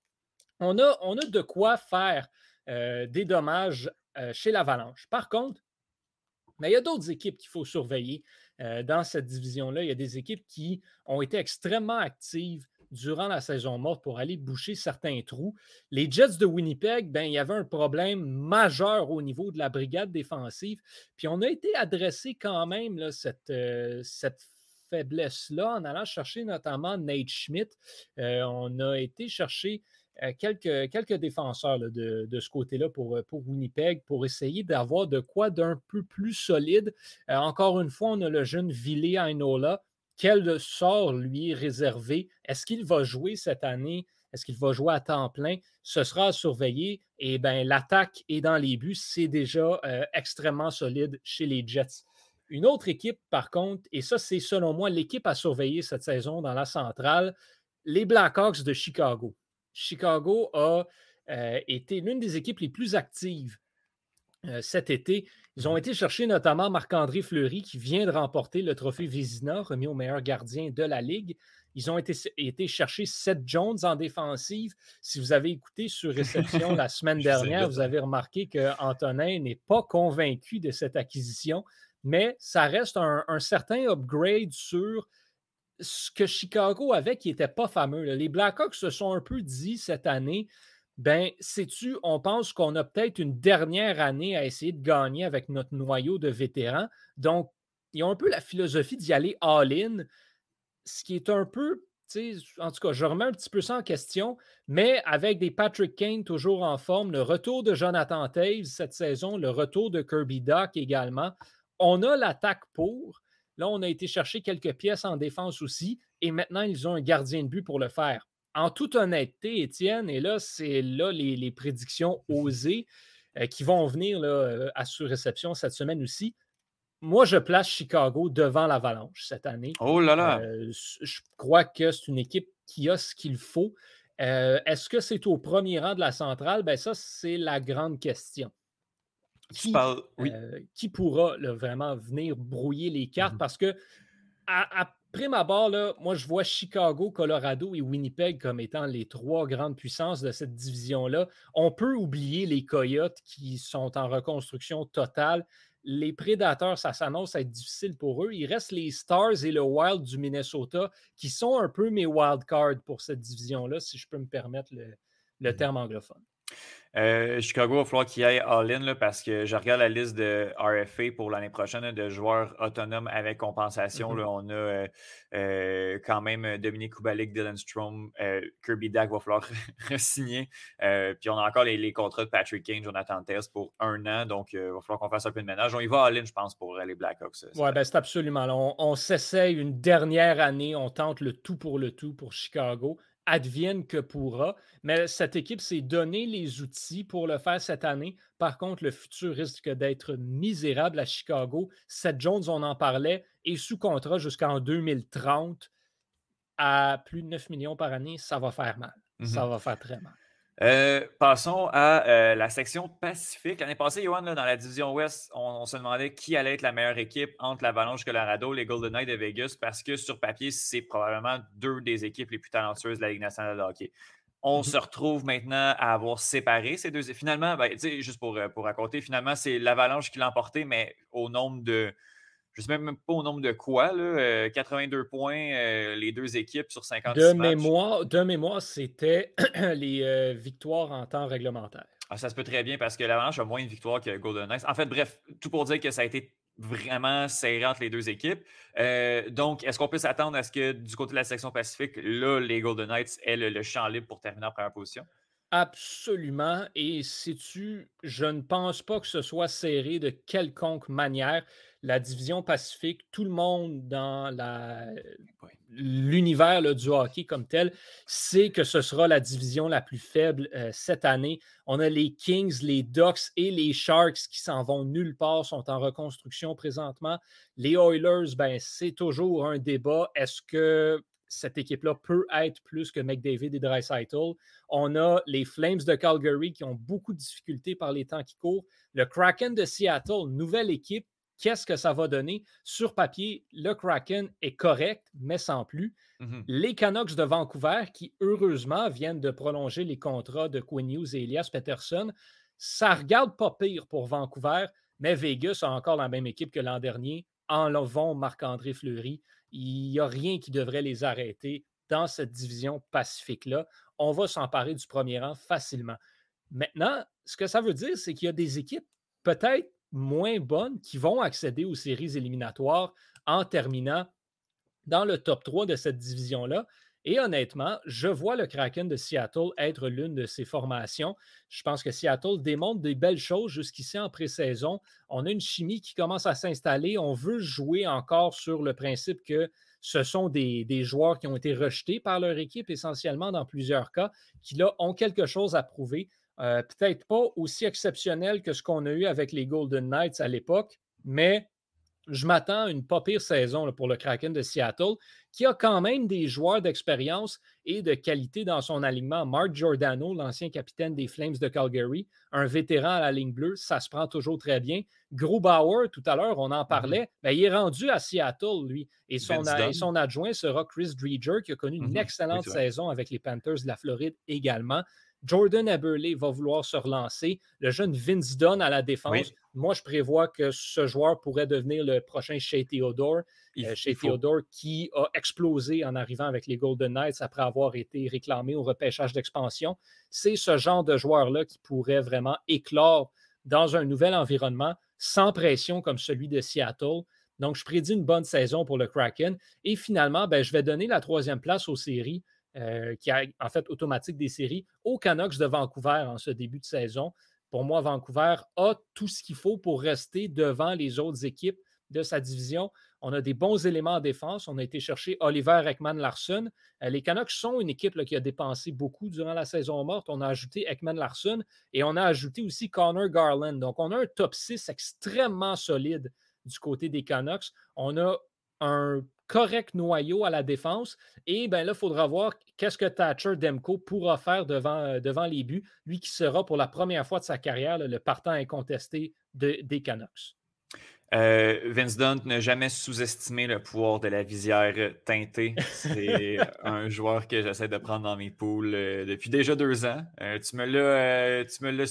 on a de quoi faire des dommages chez l'Avalanche. Par contre, mais il y a d'autres équipes qu'il faut surveiller dans cette division-là. Il y a des équipes qui ont été extrêmement actives durant la saison morte pour aller boucher certains trous. Les Jets de Winnipeg, ben, il y avait un problème majeur au niveau de la brigade défensive. Puis on a été adressé quand même là, cette faiblesse-là en allant chercher notamment Nate Schmidt. On a été chercher quelques défenseurs là, de ce côté-là pour Winnipeg pour essayer d'avoir de quoi d'un peu plus solide. Encore une fois, on a le jeune Ville Heinola. Quel sort lui est réservé? Est-ce qu'il va jouer cette année? Est-ce qu'il va jouer à temps plein? Ce sera à surveiller. Et bien, l'attaque et dans les buts, c'est déjà extrêmement solide chez les Jets. Une autre équipe, par contre, et ça, c'est selon moi l'équipe à surveiller cette saison dans la centrale, les Blackhawks de Chicago. Chicago a été l'une des équipes les plus actives cet été. Ils ont été chercher notamment Marc-André Fleury qui vient de remporter le trophée Vézina remis au meilleur gardien de la Ligue. Ils ont été chercher Seth Jones en défensive. Si vous avez écouté sur réception la semaine dernière, vous avez remarqué qu'Antonin n'est pas convaincu de cette acquisition, mais ça reste un certain upgrade sur ce que Chicago avait qui n'était pas fameux. Là. Les Blackhawks se sont un peu dit cette année, ben, sais-tu, on pense qu'on a peut-être une dernière année à essayer de gagner avec notre noyau de vétérans. Donc, ils ont un peu la philosophie d'y aller all-in, ce qui est un peu, en tout cas, je remets un petit peu ça en question, mais avec des Patrick Kane toujours en forme, le retour de Jonathan Toews cette saison, le retour de Kirby Dach également, on a l'attaque pour. Là, on a été chercher quelques pièces en défense aussi, et maintenant, ils ont un gardien de but pour le faire. En toute honnêteté, Étienne, et là, c'est là les prédictions osées qui vont venir là, à sur-réception cette semaine aussi. Moi, je place Chicago devant l'Avalanche cette année. Oh là là! Je crois que c'est une équipe qui a ce qu'il faut. Est-ce que c'est au premier rang de la centrale? Ben ça, c'est la grande question. Qui pourra là, vraiment venir brouiller les cartes? Parce que à prime abord, là, moi, je vois Chicago, Colorado et Winnipeg comme étant les trois grandes puissances de cette division-là. On peut oublier les Coyotes qui sont en reconstruction totale. Les Prédateurs, ça s'annonce être difficile pour eux. Il reste les Stars et le Wild du Minnesota qui sont un peu mes wildcards pour cette division-là, si je peux me permettre le terme anglophone. Chicago, il va falloir qu'il aille all-in là, parce que je regarde la liste de RFA pour l'année prochaine là, de joueurs autonomes avec compensation. Là, on a quand même Dominique Kubalik, Dylan Strome, Kirby Dach va falloir re-signer. Puis on a encore les contrats de Patrick Kane, Jonathan Toews pour 1 an. Donc, il va falloir qu'on fasse un peu de ménage. On y va all-in, je pense, pour les Blackhawks. Oui, ben, c'est absolument. Là, on s'essaye une dernière année. On tente le tout pour Chicago. Advienne que pourra. Mais cette équipe s'est donné les outils pour le faire cette année. Par contre, le futur risque d'être misérable à Chicago. Seth Jones, on en parlait, est sous contrat jusqu'en 2030 à plus de 9 millions par année. Ça va faire mal. Ça va faire très mal. Passons à la section Pacifique. L'année passée, Johan, là, dans la division Ouest, on se demandait qui allait être la meilleure équipe entre l'Avalanche Colorado et les Golden Knights de Vegas parce que sur papier, c'est probablement deux des équipes les plus talentueuses de la Ligue nationale de hockey. On se retrouve maintenant à avoir séparé ces deux. Finalement, ben, juste pour raconter, finalement, c'est l'Avalanche qui l'a emporté, mais au nombre de... Je ne sais même pas au nombre de quoi, là, 82 points, les deux équipes sur 56 matchs. De mémoire, c'était les victoires en temps réglementaire. Ah, ça se peut très bien parce que l'Avalanche a moins de victoires que Golden Knights. En fait, bref, tout pour dire que ça a été vraiment serré entre les deux équipes. Donc, est-ce qu'on peut s'attendre à ce que du côté de la section Pacifique, là, les Golden Knights aient le champ libre pour terminer en première position? Absolument. Et sais-tu, je ne pense pas que ce soit serré de quelconque manière. La division Pacifique, tout le monde dans l'univers du hockey comme tel sait que ce sera la division la plus faible cette année. On a les Kings, les Ducks et les Sharks qui s'en vont nulle part, sont en reconstruction présentement. Les Oilers, ben, c'est toujours un débat. Est-ce que cette équipe-là peut être plus que McDavid et Draisaitl? On a les Flames de Calgary qui ont beaucoup de difficultés par les temps qui courent. Le Kraken de Seattle, nouvelle équipe. Qu'est-ce que ça va donner? Sur papier, le Kraken est correct, mais sans plus. Mm-hmm. Les Canucks de Vancouver, qui heureusement viennent de prolonger les contrats de Quinn Hughes et Elias Pettersson, ça regarde pas pire pour Vancouver, mais Vegas a encore la même équipe que l'an dernier. Enlevons Marc-André Fleury. Il n'y a rien qui devrait les arrêter dans cette division Pacifique-là. On va s'emparer du premier rang facilement. Maintenant, ce que ça veut dire, c'est qu'il y a des équipes peut-être moins bonnes qui vont accéder aux séries éliminatoires en terminant dans le top 3 de cette division-là. Et honnêtement, je vois le Kraken de Seattle être l'une de ces formations. Je pense que Seattle démontre des belles choses jusqu'ici en pré-saison. On a une chimie qui commence à s'installer. On veut jouer encore sur le principe que ce sont des joueurs qui ont été rejetés par leur équipe, essentiellement dans plusieurs cas, qui là ont quelque chose à prouver. Peut-être pas aussi exceptionnel que ce qu'on a eu avec les Golden Knights à l'époque, mais je m'attends à une pas pire saison là, pour le Kraken de Seattle, qui a quand même des joueurs d'expérience et de qualité dans son alignement. Mark Giordano, l'ancien capitaine des Flames de Calgary, un vétéran à la ligne bleue, ça se prend toujours très bien. Grubauer, tout à l'heure, on en parlait, ben, il est rendu à Seattle, lui, et son adjoint sera Chris Driedger, qui a connu une excellente saison avec les Panthers de la Floride également. Jordan Eberle va vouloir se relancer. Le jeune Vince Dunn à la défense. Oui. Moi, je prévois que ce joueur pourrait devenir le prochain Shea Theodore. Theodore qui a explosé en arrivant avec les Golden Knights après avoir été réclamé au repêchage d'expansion. C'est ce genre de joueur-là qui pourrait vraiment éclore dans un nouvel environnement sans pression comme celui de Seattle. Donc, je prédis une bonne saison pour le Kraken. Et finalement, ben, je vais donner la 3e place aux séries. Qui a en fait automatique des séries aux Canucks de Vancouver en ce début de saison. Pour moi, Vancouver a tout ce qu'il faut pour rester devant les autres équipes de sa division. On a des bons éléments en défense. On a été chercher Oliver Ekman-Larsson. Les Canucks sont une équipe là, qui a dépensé beaucoup durant la saison morte. On a ajouté Ekman-Larsson et on a ajouté aussi Connor Garland. Donc, on a un top 6 extrêmement solide du côté des Canucks. On a un correct noyau à la défense. Et bien là, il faudra voir qu'est-ce que Thatcher Demko pourra faire devant les buts. Lui qui sera pour la première fois de sa carrière le partant incontesté des Canucks. Vince Dunn n'a jamais sous-estimé le pouvoir de la visière teintée. C'est un joueur que j'essaie de prendre dans mes poules depuis déjà 2 ans. Tu me l'as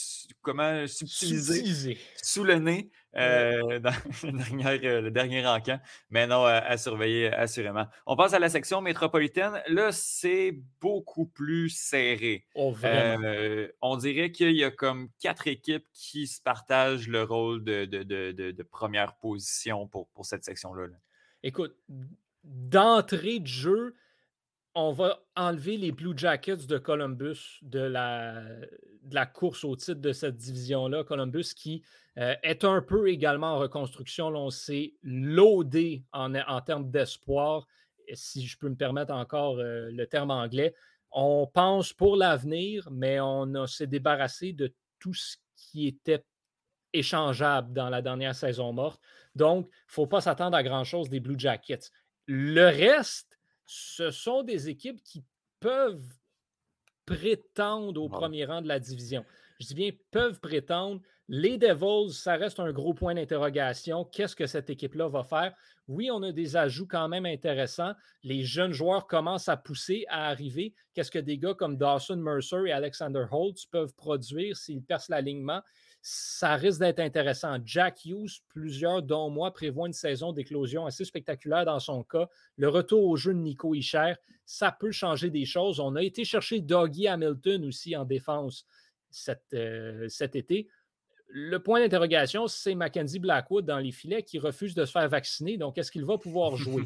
subtilisé sous le nez dans le dernier encamp. Mais non, à surveiller assurément. On passe à la section métropolitaine. Là, c'est beaucoup plus serré. Oh, vraiment? On dirait qu'il y a comme 4 équipes qui se partagent le rôle de première position pour cette section-là. Écoute, d'entrée de jeu, on va enlever les Blue Jackets de Columbus de la course au titre de cette division-là. Columbus qui est un peu également en reconstruction. Là, on s'est loadé en termes d'espoir, si je peux me permettre encore le terme anglais. On pense pour l'avenir, mais on s'est débarrassé de tout ce qui était échangeable dans la dernière saison morte. Donc, il ne faut pas s'attendre à grand-chose des Blue Jackets. Le reste, ce sont des équipes qui peuvent prétendre au premier rang de la division. Je dis bien peuvent prétendre. Les Devils, ça reste un gros point d'interrogation. Qu'est-ce que cette équipe-là va faire? Oui, on a des ajouts quand même intéressants. Les jeunes joueurs commencent à pousser, à arriver. Qu'est-ce que des gars comme Dawson Mercer et Alexander Holtz peuvent produire s'ils percent l'alignement? Ça risque d'être intéressant. Jack Hughes, plusieurs dont moi, prévoient une saison d'éclosion assez spectaculaire dans son cas. Le retour au jeu de Nico Hischier, ça peut changer des choses. On a été chercher Dougie Hamilton aussi en défense cet été. le point d'interrogation, c'est Mackenzie Blackwood dans les filets qui refuse de se faire vacciner. Donc, est-ce qu'il va pouvoir jouer?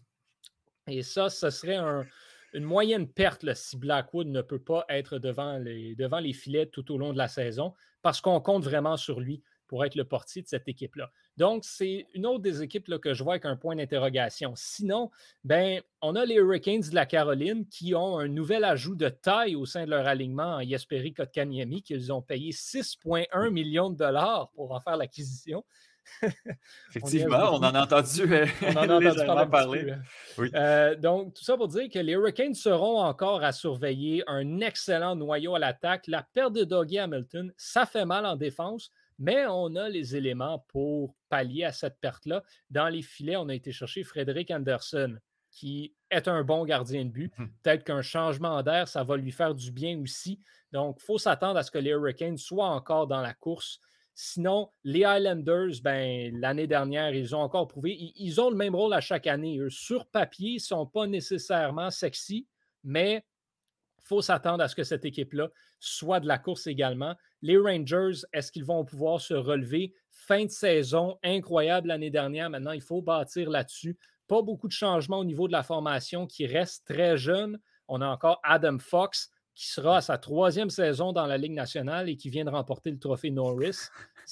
Et ça, ce serait une moyenne perte là, si Blackwood ne peut pas être devant les filets tout au long de la saison parce qu'on compte vraiment sur lui pour être le portier de cette équipe-là. Donc, c'est une autre des équipes là, que je vois avec un point d'interrogation. Sinon, on a les Hurricanes de la Caroline qui ont un nouvel ajout de taille au sein de leur alignement en Jesperi Kotkaniemi qu'ils ont payé 6,1 millions de dollars pour en faire l'acquisition. Effectivement, on en a entendu, parler. Oui. Donc, tout ça pour dire que les Hurricanes seront encore à surveiller un excellent noyau à l'attaque. La perte de Dougie Hamilton, ça fait mal en défense, mais on a les éléments pour pallier à cette perte-là. Dans les filets, on a été chercher Frederick Anderson, qui est un bon gardien de but. Peut-être qu'un changement d'air, ça va lui faire du bien aussi. Donc, il faut s'attendre à ce que les Hurricanes soient encore dans la course. Sinon, les Highlanders, l'année dernière, ils ont encore prouvé, ils ont le même rôle à chaque année. Eux, sur papier, ils ne sont pas nécessairement sexy, mais il faut s'attendre à ce que cette équipe-là soit de la course également. Les Rangers, est-ce qu'ils vont pouvoir se relever? Fin de saison incroyable l'année dernière. Maintenant, il faut bâtir là-dessus. Pas beaucoup de changements au niveau de la formation qui reste très jeune. On a encore Adam Fox, qui sera à sa 3e saison dans la Ligue nationale et qui vient de remporter le trophée Norris.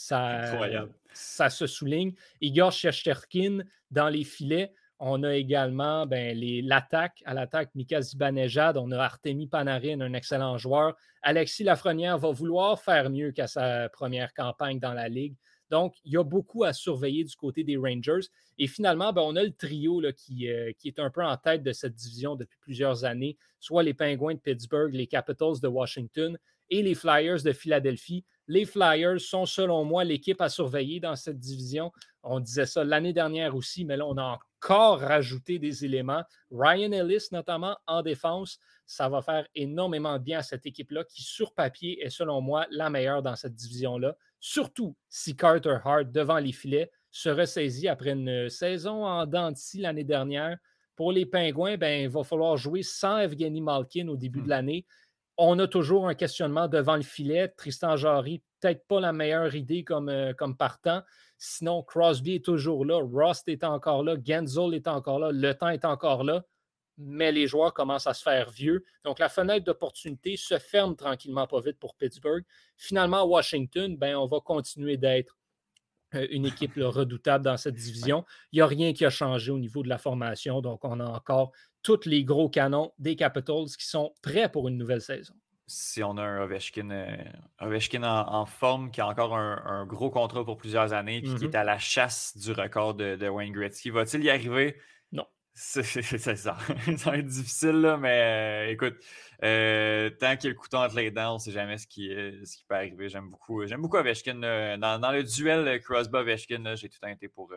Ça se souligne. Igor Shesterkin dans les filets. On a également l'attaque. À l'attaque, Mika Zibanejad. On a Artemi Panarin, un excellent joueur. Alexis Lafrenière va vouloir faire mieux qu'à sa première campagne dans la Ligue. Donc, il y a beaucoup à surveiller du côté des Rangers. Et finalement, on a le trio là, qui est un peu en tête de cette division depuis plusieurs années, soit les Penguins de Pittsburgh, les Capitals de Washington et les Flyers de Philadelphie. Les Flyers sont, selon moi, l'équipe à surveiller dans cette division. On disait ça l'année dernière aussi, mais là, on a encore rajouté des éléments. Ryan Ellis, notamment en défense, ça va faire énormément de bien à cette équipe-là qui, sur papier, est, selon moi, la meilleure dans cette division-là. Surtout si Carter Hart, devant les filets, se ressaisit après une saison en dents de scie l'année dernière. Pour les Pingouins, il va falloir jouer sans Evgeny Malkin au début de l'année. On a toujours un questionnement devant le filet. Tristan Jarry, peut-être pas la meilleure idée comme partant. Sinon, Crosby est toujours là. Rust est encore là. Gensel est encore là. Le temps est encore là. Mais les joueurs commencent à se faire vieux. Donc, la fenêtre d'opportunité se ferme tranquillement pas vite pour Pittsburgh. Finalement, à Washington, on va continuer d'être une équipe redoutable dans cette division. Il n'y a rien qui a changé au niveau de la formation. Donc, on a encore tous les gros canons des Capitals qui sont prêts pour une nouvelle saison. Si on a un Ovechkin en forme, qui a encore un gros contrat pour plusieurs années, puis qui est à la chasse du record de Wayne Gretzky, va-t-il y arriver? Non. C'est ça. Ça va être difficile, là, mais écoute, tant qu'il y a le couteau entre les dents, on ne sait jamais ce qui peut arriver. J'aime beaucoup Ovechkin. Dans le duel Crosby-Ovechkin, j'ai tout été pour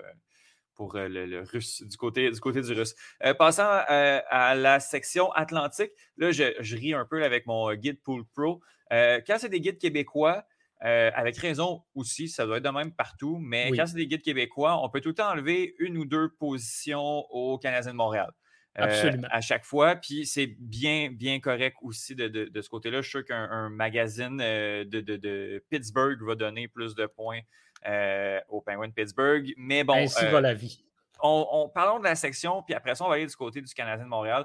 le russe, du côté du russe. Passant à la section Atlantique, là, je ris un peu avec mon guide Pool Pro. Quand c'est des guides québécois, avec raison aussi, ça doit être de même partout, mais quand c'est des guides québécois, on peut tout le temps enlever une ou deux positions au Canadien de Montréal. Absolument. À chaque fois, puis c'est bien correct aussi de ce côté-là. Je suis sûr qu'un magazine de Pittsburgh va donner plus de points aux Penguins de Pittsburgh, mais bon... Ainsi va la vie. Parlons de la section, puis après ça, on va aller du côté du Canadien de Montréal.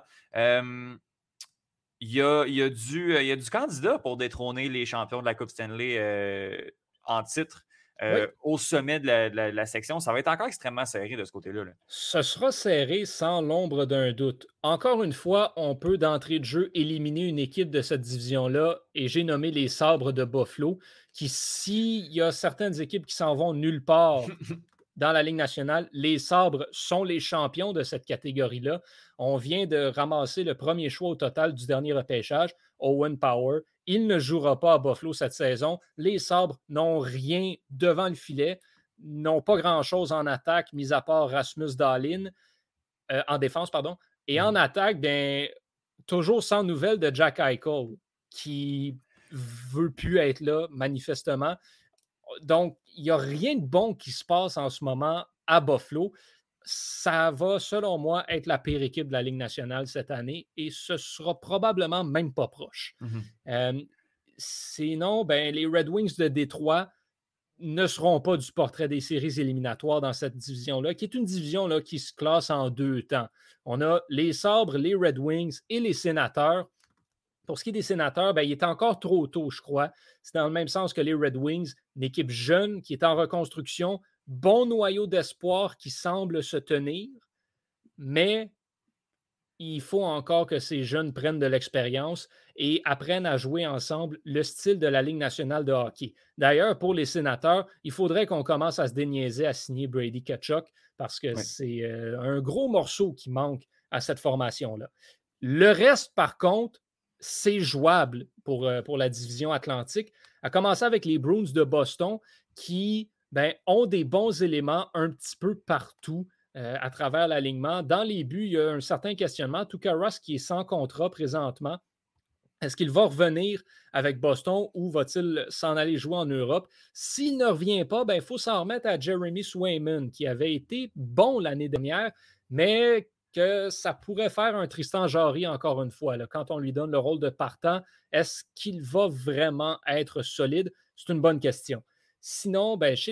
Il y a du candidat pour détrôner les champions de la Coupe Stanley en titre au sommet de la section. Ça va être encore extrêmement serré de ce côté-là. Ce sera serré sans l'ombre d'un doute. Encore une fois, on peut d'entrée de jeu éliminer une équipe de cette division-là, et j'ai nommé les Sabres de Buffalo, qui, s'il y a certaines équipes qui s'en vont nulle part dans la Ligue nationale, les Sabres sont les champions de cette catégorie-là. On vient de ramasser le premier choix au total du dernier repêchage, Owen Power. Il ne jouera pas à Buffalo cette saison. Les Sabres n'ont rien devant le filet, n'ont pas grand-chose en attaque, mis à part Rasmus Dahlin, en défense, pardon. Et en attaque, toujours sans nouvelles de Jack Eichel, qui veut plus être là, manifestement. Donc, il n'y a rien de bon qui se passe en ce moment à Buffalo. Ça va, selon moi, être la pire équipe de la Ligue nationale cette année, et ce sera probablement même pas proche. Sinon, les Red Wings de Détroit ne seront pas du portrait des séries éliminatoires dans cette division-là, qui est une division là, qui se classe en 2 temps. On a les Sabres, les Red Wings et les Sénateurs. Pour ce qui est des Sénateurs, il est encore trop tôt, je crois. C'est dans le même sens que les Red Wings, une équipe jeune qui est en reconstruction, bon noyau d'espoir qui semble se tenir, mais il faut encore que ces jeunes prennent de l'expérience et apprennent à jouer ensemble le style de la Ligue nationale de hockey. D'ailleurs, pour les Sénateurs, il faudrait qu'on commence à se déniaiser à signer Brady Tkachuk parce que c'est un gros morceau qui manque à cette formation-là. Le reste, par contre, c'est jouable pour la division Atlantique, à commencer avec les Bruins de Boston qui ont des bons éléments un petit peu partout à travers l'alignement. Dans les buts, il y a un certain questionnement. Tuukka Rask qui est sans contrat présentement. Est-ce qu'il va revenir avec Boston ou va-t-il s'en aller jouer en Europe? S'il ne revient pas, il faut s'en remettre à Jeremy Swayman, qui avait été bon l'année dernière, mais que ça pourrait faire un Tristan Jarry encore une fois. Là, quand on lui donne le rôle de partant, est-ce qu'il va vraiment être solide? C'est une bonne question. Sinon, chez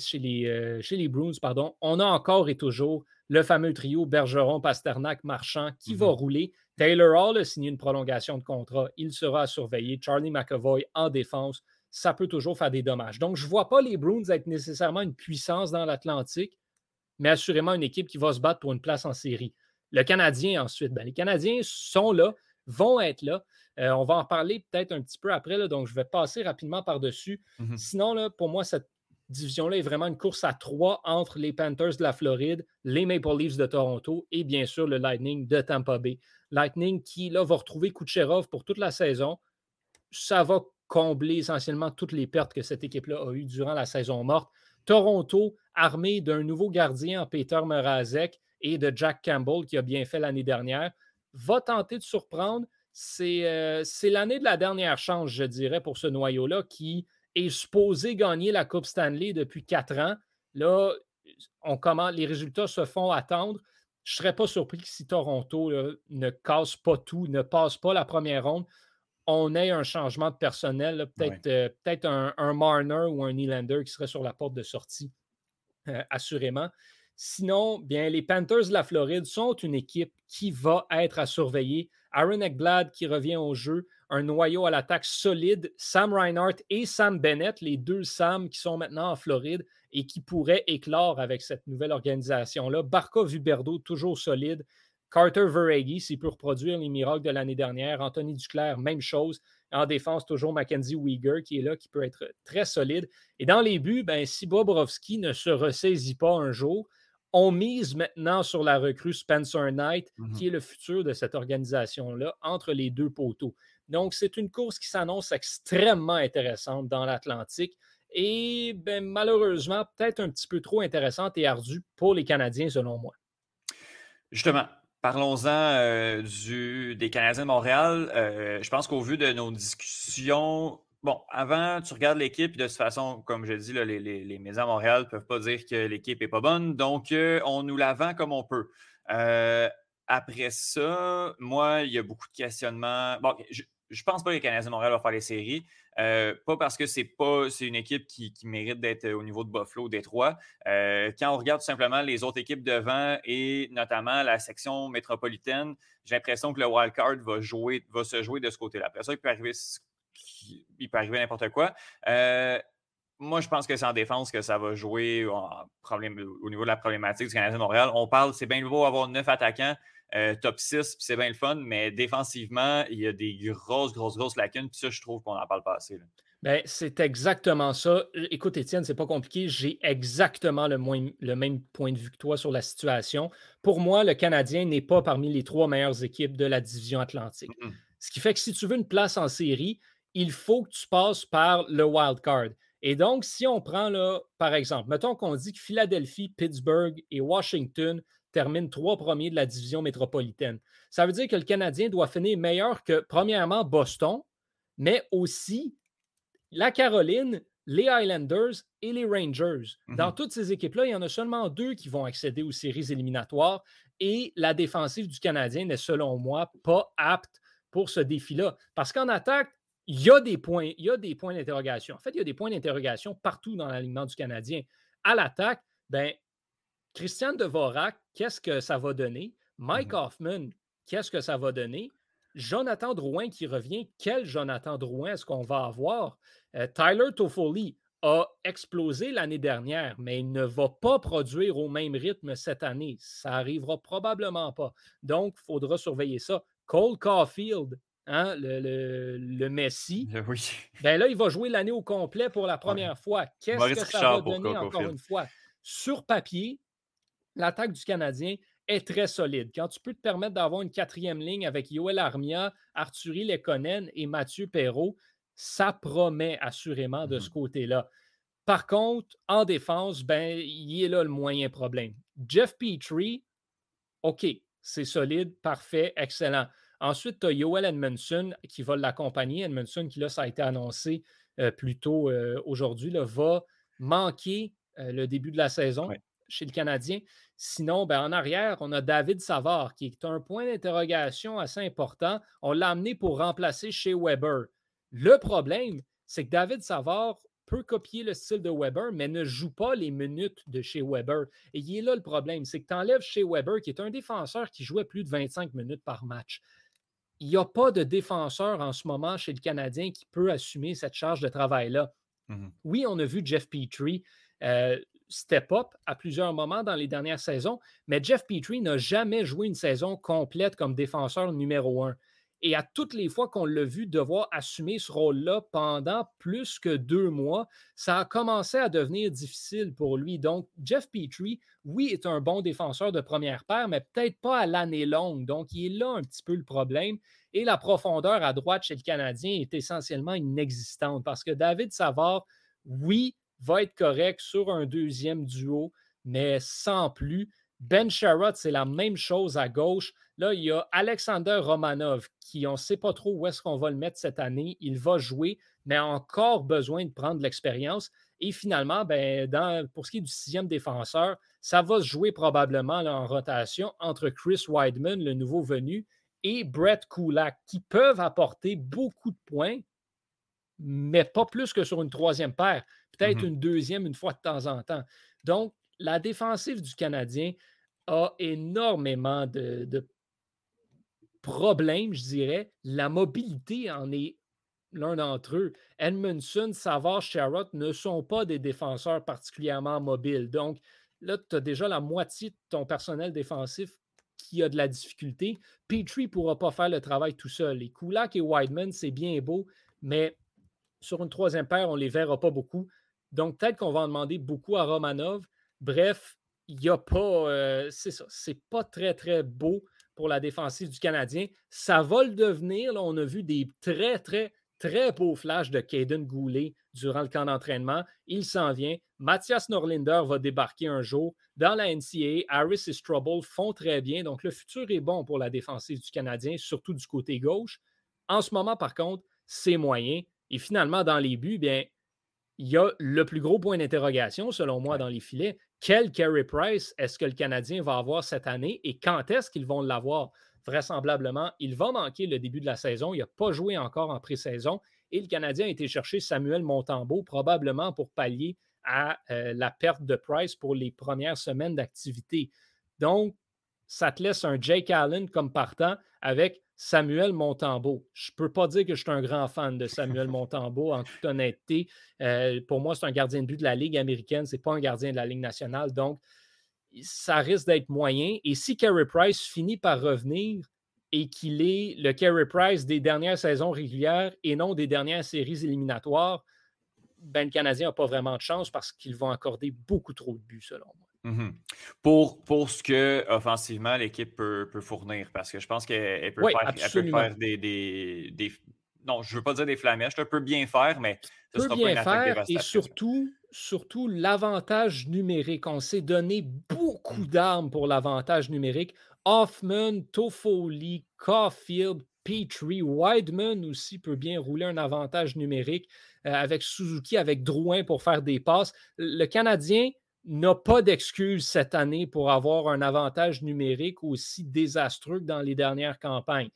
les Bruins, on a encore et toujours le fameux trio Bergeron, Pasternak, Marchand qui va rouler. Taylor Hall a signé une prolongation de contrat. Il sera à surveiller. Charlie McAvoy en défense. Ça peut toujours faire des dommages. Donc, je ne vois pas les Bruins être nécessairement une puissance dans l'Atlantique, mais assurément une équipe qui va se battre pour une place en série. Le Canadien, ensuite, les Canadiens sont là, vont être là. On va en parler peut-être un petit peu après, là, donc je vais passer rapidement par-dessus. Sinon, là, pour moi, cette division-là est vraiment une course à 3 entre les Panthers de la Floride, les Maple Leafs de Toronto et bien sûr le Lightning de Tampa Bay. Lightning qui, là, va retrouver Kucherov pour toute la saison. Ça va combler essentiellement toutes les pertes que cette équipe-là a eues durant la saison morte. Toronto, armé d'un nouveau gardien en Peter Mrazek et de Jack Campbell, qui a bien fait l'année dernière, va tenter de surprendre. C'est l'année de la dernière chance, je dirais, pour ce noyau-là, qui est supposé gagner la Coupe Stanley depuis 4 ans. Là, les résultats se font attendre. Je ne serais pas surpris que si Toronto là, ne casse pas tout, ne passe pas la première ronde, on ait un changement de personnel, là, peut-être un Marner ou un Nylander qui serait sur la porte de sortie, assurément. Sinon, les Panthers de la Floride sont une équipe qui va être à surveiller. Aaron Ekblad qui revient au jeu, un noyau à l'attaque solide, Sam Reinhart et Sam Bennett, les 2 Sam qui sont maintenant en Floride et qui pourraient éclore avec cette nouvelle organisation-là. Barkov-Huberdeau, toujours solide. Carter Verhaeghe, s'il peut reproduire les miracles de l'année dernière. Anthony Duclair, même chose. En défense, toujours Mackenzie Weegar qui est là, qui peut être très solide. Et dans les buts, si Bobrovsky ne se ressaisit pas un jour, on mise maintenant sur la recrue Spencer Knight, qui est le futur de cette organisation-là, entre les 2 poteaux. Donc, c'est une course qui s'annonce extrêmement intéressante dans l'Atlantique et malheureusement, peut-être un petit peu trop intéressante et ardue pour les Canadiens, selon moi. Justement, parlons-en des Canadiens de Montréal. Je pense qu'au vu de nos discussions, avant, tu regardes l'équipe, et de toute façon, comme je dis, là, les médias à Montréal ne peuvent pas dire que l'équipe n'est pas bonne, donc on nous la vend comme on peut. Après ça, moi, il y a beaucoup de questionnements. Je pense pas que les Canadiens de Montréal vont faire les séries. Pas parce que c'est une équipe qui mérite d'être au niveau de Buffalo ou Détroit. Quand on regarde tout simplement les autres équipes devant et notamment la section métropolitaine, j'ai l'impression que le wildcard va se jouer de ce côté-là. Après ça, il peut arriver n'importe quoi. Moi, je pense que c'est en défense que ça va jouer au niveau de la problématique du Canadien de Montréal. On parle, c'est bien beau avoir 9 attaquants, top 6, puis c'est bien le fun, mais défensivement, il y a des grosses lacunes, puis ça, je trouve qu'on n'en parle pas assez. C'est exactement ça. Écoute, Étienne, c'est pas compliqué. J'ai exactement le même point de vue que toi sur la situation. Pour moi, le Canadien n'est pas parmi les 3 meilleures équipes de la division Atlantique. Ce qui fait que si tu veux une place en série, il faut que tu passes par le wild card. Et donc, si on prend, là, par exemple, mettons qu'on dit que Philadelphie, Pittsburgh et Washington terminent 3 premiers de la division métropolitaine. Ça veut dire que le Canadien doit finir meilleur que, premièrement, Boston, mais aussi la Caroline, les Highlanders et les Rangers. Dans toutes ces équipes-là, il y en a seulement 2 qui vont accéder aux séries éliminatoires et la défensive du Canadien n'est, selon moi, pas apte pour ce défi-là. Parce qu'en attaque, il y a des points d'interrogation. En fait, il y a des points d'interrogation partout dans l'alignement du Canadien. À l'attaque, Christian Dvorak, qu'est-ce que ça va donner? Mike Hoffman, qu'est-ce que ça va donner? Jonathan Drouin qui revient, quel Jonathan Drouin est-ce qu'on va avoir? Tyler Toffoli a explosé l'année dernière, mais il ne va pas produire au même rythme cette année. Ça n'arrivera probablement pas. Donc, il faudra surveiller ça. Cole Caulfield, le Messi, Oui. là, il va jouer l'année au complet pour la première fois. Qu'est-ce Maurice que ça Richard va pour donner Cole encore Caulfield. une fois? Sur papier, l'attaque du Canadien est très solide. Quand tu peux te permettre d'avoir une quatrième ligne avec Yoel Armia, Arturi Lekkonen et Mathieu Perreault, ça promet assurément de ce côté-là. Par contre, en défense, il est là le moyen problème. Jeff Petrie, OK, c'est solide, parfait, excellent. Ensuite, tu as Yoel Edmondson qui va l'accompagner. Edmondson, qui là, ça a été annoncé plus tôt aujourd'hui, va manquer le début de la saison chez le Canadien. Sinon, en arrière, on a David Savard, qui est un point d'interrogation assez important. On l'a amené pour remplacer Shea Weber. Le problème, c'est que David Savard peut copier le style de Weber, mais ne joue pas les minutes de Shea Weber. Et il est là le problème, c'est que tu enlèves Shea Weber, qui est un défenseur qui jouait plus de 25 minutes par match. Il n'y a pas de défenseur en ce moment chez le Canadien qui peut assumer cette charge de travail-là. Oui, on a vu Jeff Petrie step up à plusieurs moments dans les dernières saisons, mais Jeff Petrie n'a jamais joué une saison complète comme défenseur numéro 1. Et à toutes les fois qu'on l'a vu devoir assumer ce rôle-là pendant plus que 2 mois, ça a commencé à devenir difficile pour lui. Donc, Jeff Petrie, oui, est un bon défenseur de première paire, mais peut-être pas à l'année longue. Donc, il est là un petit peu le problème. Et la profondeur à droite chez le Canadien est essentiellement inexistante parce que David Savard, oui, va être correct sur un deuxième duo, mais sans plus. Ben Sherratt, c'est la même chose à gauche. Là, il y a Alexander Romanov qui, on ne sait pas trop où est-ce qu'on va le mettre cette année. Il va jouer, mais a encore besoin de prendre de l'expérience. Et finalement, pour ce qui est du 6e défenseur, ça va se jouer probablement là, en rotation entre Chris Weidman, le nouveau venu, et Brett Kulak, qui peuvent apporter beaucoup de points, mais pas plus que sur une 3e paire. Peut-être une 2e une fois de temps en temps. Donc, la défensive du Canadien a énormément de problèmes, je dirais. La mobilité en est l'un d'entre eux. Edmondson, Savard, Sherratt ne sont pas des défenseurs particulièrement mobiles. Donc, là, tu as déjà la moitié de ton personnel défensif qui a de la difficulté. Petrie ne pourra pas faire le travail tout seul. Les Kulak et Weidman, c'est bien beau, mais sur une 3e paire, on ne les verra pas beaucoup. Donc, peut-être qu'on va en demander beaucoup à Romanov. Bref, il n'y a pas... c'est ça, c'est pas très, très beau pour la défensive du Canadien. Ça va le devenir. Là, on a vu des très, très, très beaux flashs de Caden Goulet durant le camp d'entraînement. Il s'en vient. Mathias Norlinder va débarquer un jour. Dans la NCAA, Harris et Struble font très bien. Donc, le futur est bon pour la défensive du Canadien, surtout du côté gauche. En ce moment, par contre, c'est moyen. Et finalement, dans les buts, il y a le plus gros point d'interrogation, selon moi, dans les filets. Quel Carey Price est-ce que le Canadien va avoir cette année et quand est-ce qu'ils vont l'avoir? Vraisemblablement, il va manquer le début de la saison. Il n'a pas joué encore en pré-saison et le Canadien a été chercher Samuel Montembeault, probablement pour pallier à la perte de Price pour les premières semaines d'activité. Donc, ça te laisse un Jake Allen comme partant avec Samuel Montembeault. Je ne peux pas dire que je suis un grand fan de Samuel Montembeault, en toute honnêteté. Pour moi, c'est un gardien de but de la Ligue américaine. Ce n'est pas un gardien de la Ligue nationale. Donc, ça risque d'être moyen. Et si Carey Price finit par revenir et qu'il est le Carey Price des dernières saisons régulières et non des dernières séries éliminatoires, le Canadien n'a pas vraiment de chance parce qu'ils vont accorder beaucoup trop de buts, selon moi. Pour ce que offensivement l'équipe peut fournir, parce que je pense qu'elle peut, faire des non, je ne veux pas dire des flamèches, elle peut bien faire, mais ça sera pas une attaque dévastatrice. Et surtout l'avantage numérique. On s'est donné beaucoup d'armes pour l'avantage numérique. Hoffman, Toffoli, Caulfield, Petrie, Weidman aussi peut bien rouler un avantage numérique avec Suzuki, avec Drouin pour faire des passes. Le Canadien n'a pas d'excuse cette année pour avoir un avantage numérique aussi désastreux que dans les dernières campagnes.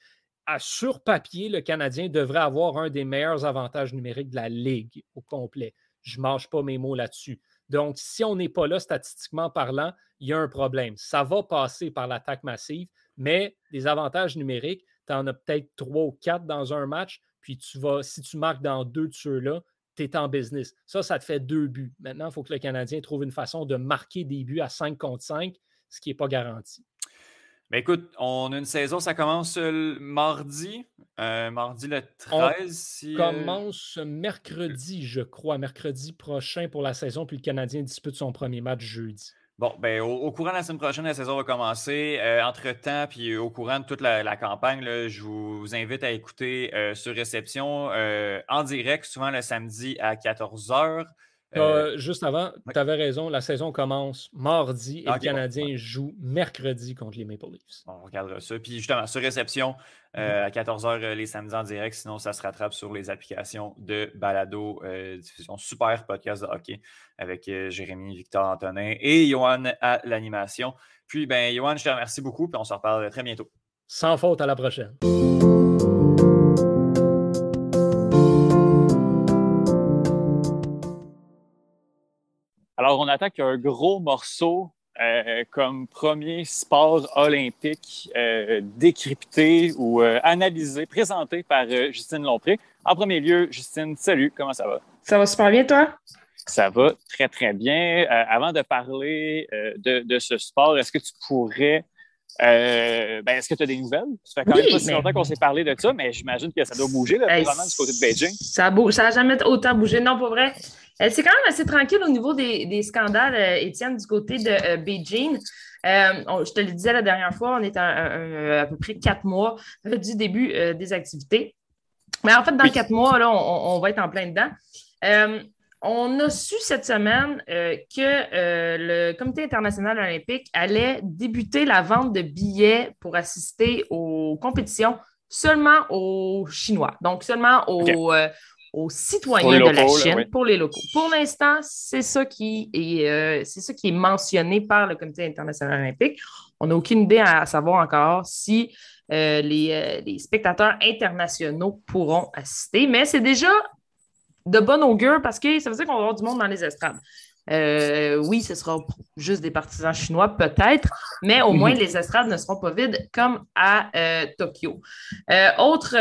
sur papier, le Canadien devrait avoir un des meilleurs avantages numériques de la Ligue au complet. Je ne mâche pas mes mots là-dessus. Donc, si on n'est pas là, statistiquement parlant, il y a un problème. Ça va passer par l'attaque massive, mais des avantages numériques, tu en as peut-être 3 ou 4 dans un match, puis si tu marques dans 2 de ceux-là, tu es en business. Ça te fait 2 buts. Maintenant, il faut que le Canadien trouve une façon de marquer des buts à 5 contre 5, ce qui n'est pas garanti. Ben écoute, on a une saison, ça commence mardi le 13. On commence mercredi, je crois, mercredi prochain pour la saison, puis le Canadien dispute son premier match jeudi. Bon, ben au courant de la semaine prochaine, la saison va commencer. Entre-temps, puis au courant de toute la campagne, là, je vous invite à écouter sur Réception en direct, souvent le samedi à 14h. Juste avant, tu avais raison, la saison commence mardi et le Canadien joue mercredi contre les Maple Leafs. On regardera ça. Puis justement, sur Réception, à 14h les samedis en direct, sinon ça se rattrape sur les applications de balado, diffusion super podcast de hockey avec Jérémy, Victor, Antonin et Johan à l'animation. Puis, ben, Johan, je te remercie beaucoup, puis on se reparle très bientôt. Sans faute, à la prochaine. Alors, on attaque un gros morceau comme premier sport olympique décrypté ou analysé, présenté par Justine Lompré. En premier lieu, Justine, salut, comment ça va? Ça va super bien, toi? Ça va très, très bien. Avant de parler de ce sport, est-ce que tu pourrais... est-ce que tu as des nouvelles? Ça fait quand même pas si longtemps qu'on s'est parlé de ça, mais j'imagine que ça doit bouger là, vraiment du côté de Beijing. Ça n'a jamais autant bougé. Non, pas vrai. C'est quand même assez tranquille au niveau des scandales, Étienne, du côté de Beijing. Je te le disais la dernière fois, on est à peu près 4 mois du début des activités. Mais en fait, dans 4 mois, là, on va être en plein dedans. On a su cette semaine que le Comité international olympique allait débuter la vente de billets pour assister aux compétitions seulement aux Chinois, donc seulement aux citoyens de la Chine, pour les locaux. Pour l'instant, c'est ça qui est mentionné par le Comité international olympique. On n'a aucune idée à savoir encore si les spectateurs internationaux pourront assister, mais c'est déjà de bon augure parce que ça veut dire qu'on va avoir du monde dans les estrades. Oui, ce sera juste des partisans chinois, peut-être, mais au moins les estrades ne seront pas vides comme à Tokyo. Autre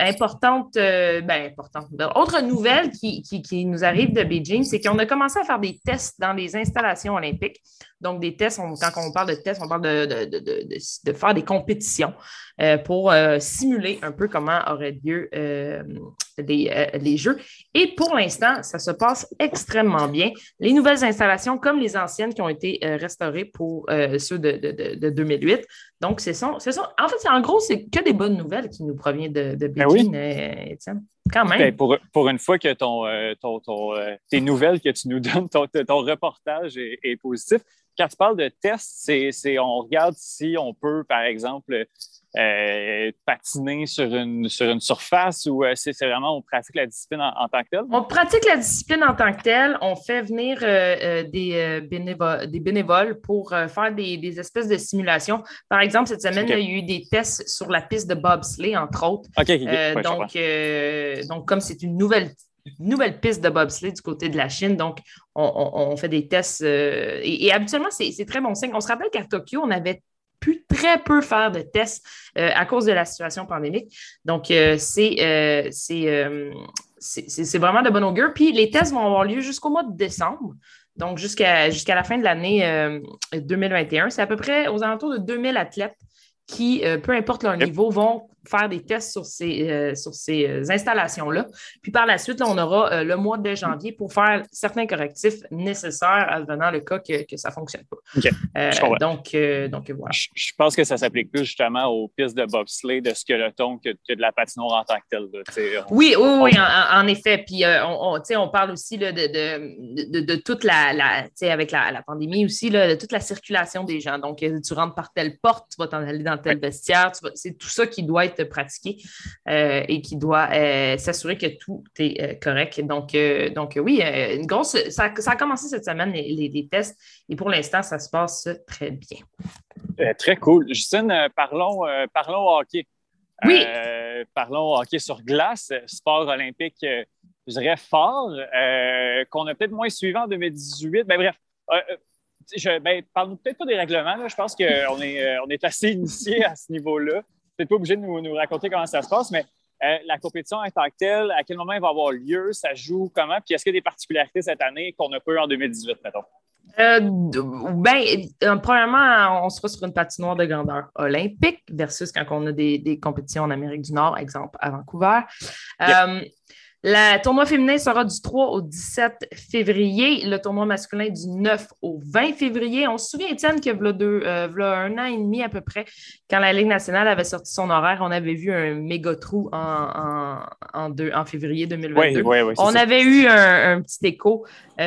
nouvelle qui nous arrive de Beijing, c'est qu'on a commencé à faire des tests dans les installations olympiques. Donc, des tests, quand on parle de tests, on parle de faire des compétitions pour simuler un peu comment auraient lieu les Jeux. Et pour l'instant, ça se passe extrêmement bien. Les nouvelles installations, comme les anciennes qui ont été restaurées pour ceux de 2008. Donc, c'est ça. En fait, en gros, c'est que des bonnes nouvelles qui nous proviennent de Beijing, Étienne. Quand même. Pour une fois que tes nouvelles que tu nous donnes, ton reportage est positif. Quand tu parles de tests, on regarde si on peut, par exemple, patiner sur une surface ou c'est vraiment on pratique la discipline en tant que telle? On pratique la discipline en tant que telle. On fait venir des bénévoles pour faire des espèces de simulations. Par exemple, cette semaine, il y a eu des tests sur la piste de bobsleigh, entre autres. Donc, comme c'est une nouvelle piste de bobsleigh du côté de la Chine. Donc, on fait des tests. Et habituellement, c'est très bon signe. On se rappelle qu'à Tokyo, on avait pu très peu faire de tests à cause de la situation pandémique. Donc, c'est vraiment de bon augure. Puis, les tests vont avoir lieu jusqu'au mois de décembre. Donc, jusqu'à la fin de l'année 2021. C'est à peu près aux alentours de 2000 athlètes qui, peu importe leur niveau, vont faire des tests sur ces installations-là. Puis par la suite, là, on aura le mois de janvier pour faire certains correctifs nécessaires advenant le cas que ça ne fonctionne pas. Donc, voilà. Je pense que ça s'applique plus justement aux pistes de bobsleigh de skeleton que de la patinoire en tant que telle. Oui, en effet. Puis on parle aussi là, de toute avec la pandémie aussi, là, de toute la circulation des gens. Donc, tu rentres par telle porte, tu vas t'en aller dans tel vestiaire. C'est tout ça qui doit être pratiqué et qui doit s'assurer que tout est correct. Donc oui, une grosse. Ça a commencé cette semaine, les tests, et pour l'instant, ça se passe très bien. Très cool. Justine, parlons hockey. Oui. Parlons hockey sur glace, sport olympique, je dirais fort, qu'on a peut-être moins suivi en 2018. Ben, bref, parle-nous peut-être pas des règlements. Là. Je pense qu'on est assez initié à ce niveau-là. Peut-être pas obligé de nous raconter comment ça se passe, mais la compétition en tant que telle, à quel moment elle va avoir lieu, ça joue comment, puis est-ce qu'il y a des particularités cette année qu'on n'a pas eu en 2018, mettons? Premièrement, on sera sur une patinoire de grandeur olympique versus quand on a des compétitions en Amérique du Nord, exemple à Vancouver. Yep. Le tournoi féminin sera du 3 au 17 février, le tournoi masculin du 9 au 20 février. On se souvient, Étienne, que v'là 1 an et demi à peu près, quand la Ligue nationale avait sorti son horaire, on avait vu un méga trou en février 2022. Oui, on ça. avait eu un petit écho que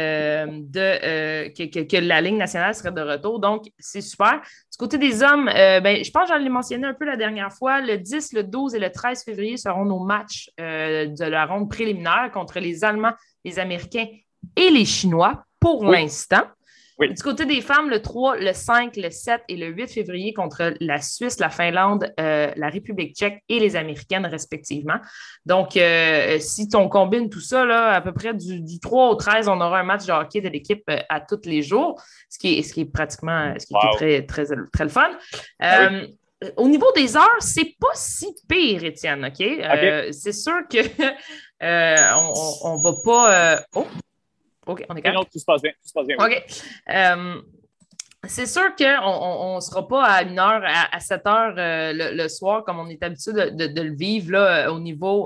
la Ligue nationale serait de retour. Donc, c'est super. Du côté des hommes, je pense que j'en ai mentionné un peu la dernière fois. Le 10, le 12 et le 13 février seront nos matchs de la ronde préliminaire contre les Allemands, les Américains et les Chinois pour l'instant. Oui. Du côté des femmes, le 3, le 5, le 7 et le 8 février contre la Suisse, la Finlande, la République tchèque et les Américaines respectivement. Donc, si on combine tout ça, là, à peu près du 3 au 13, on aura un match de hockey de l'équipe à tous les jours, ce qui est pratiquement qui est très, très, très le fun. Au niveau des heures, c'est pas si pire, Étienne, OK? C'est sûr que on va pas... OK, on est correct. Non, tout se passe bien. OK. C'est sûr qu'on ne sera pas à 1h, à 7h le soir, comme on est habitué de le vivre là, au niveau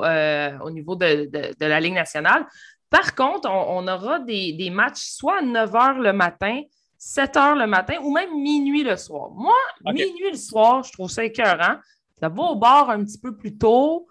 de la Ligue nationale. Par contre, on aura des matchs soit à 9h le matin, 7h le matin ou même minuit le soir. Moi, minuit le soir, je trouve ça écœurant. Ça va au bar un petit peu plus tôt,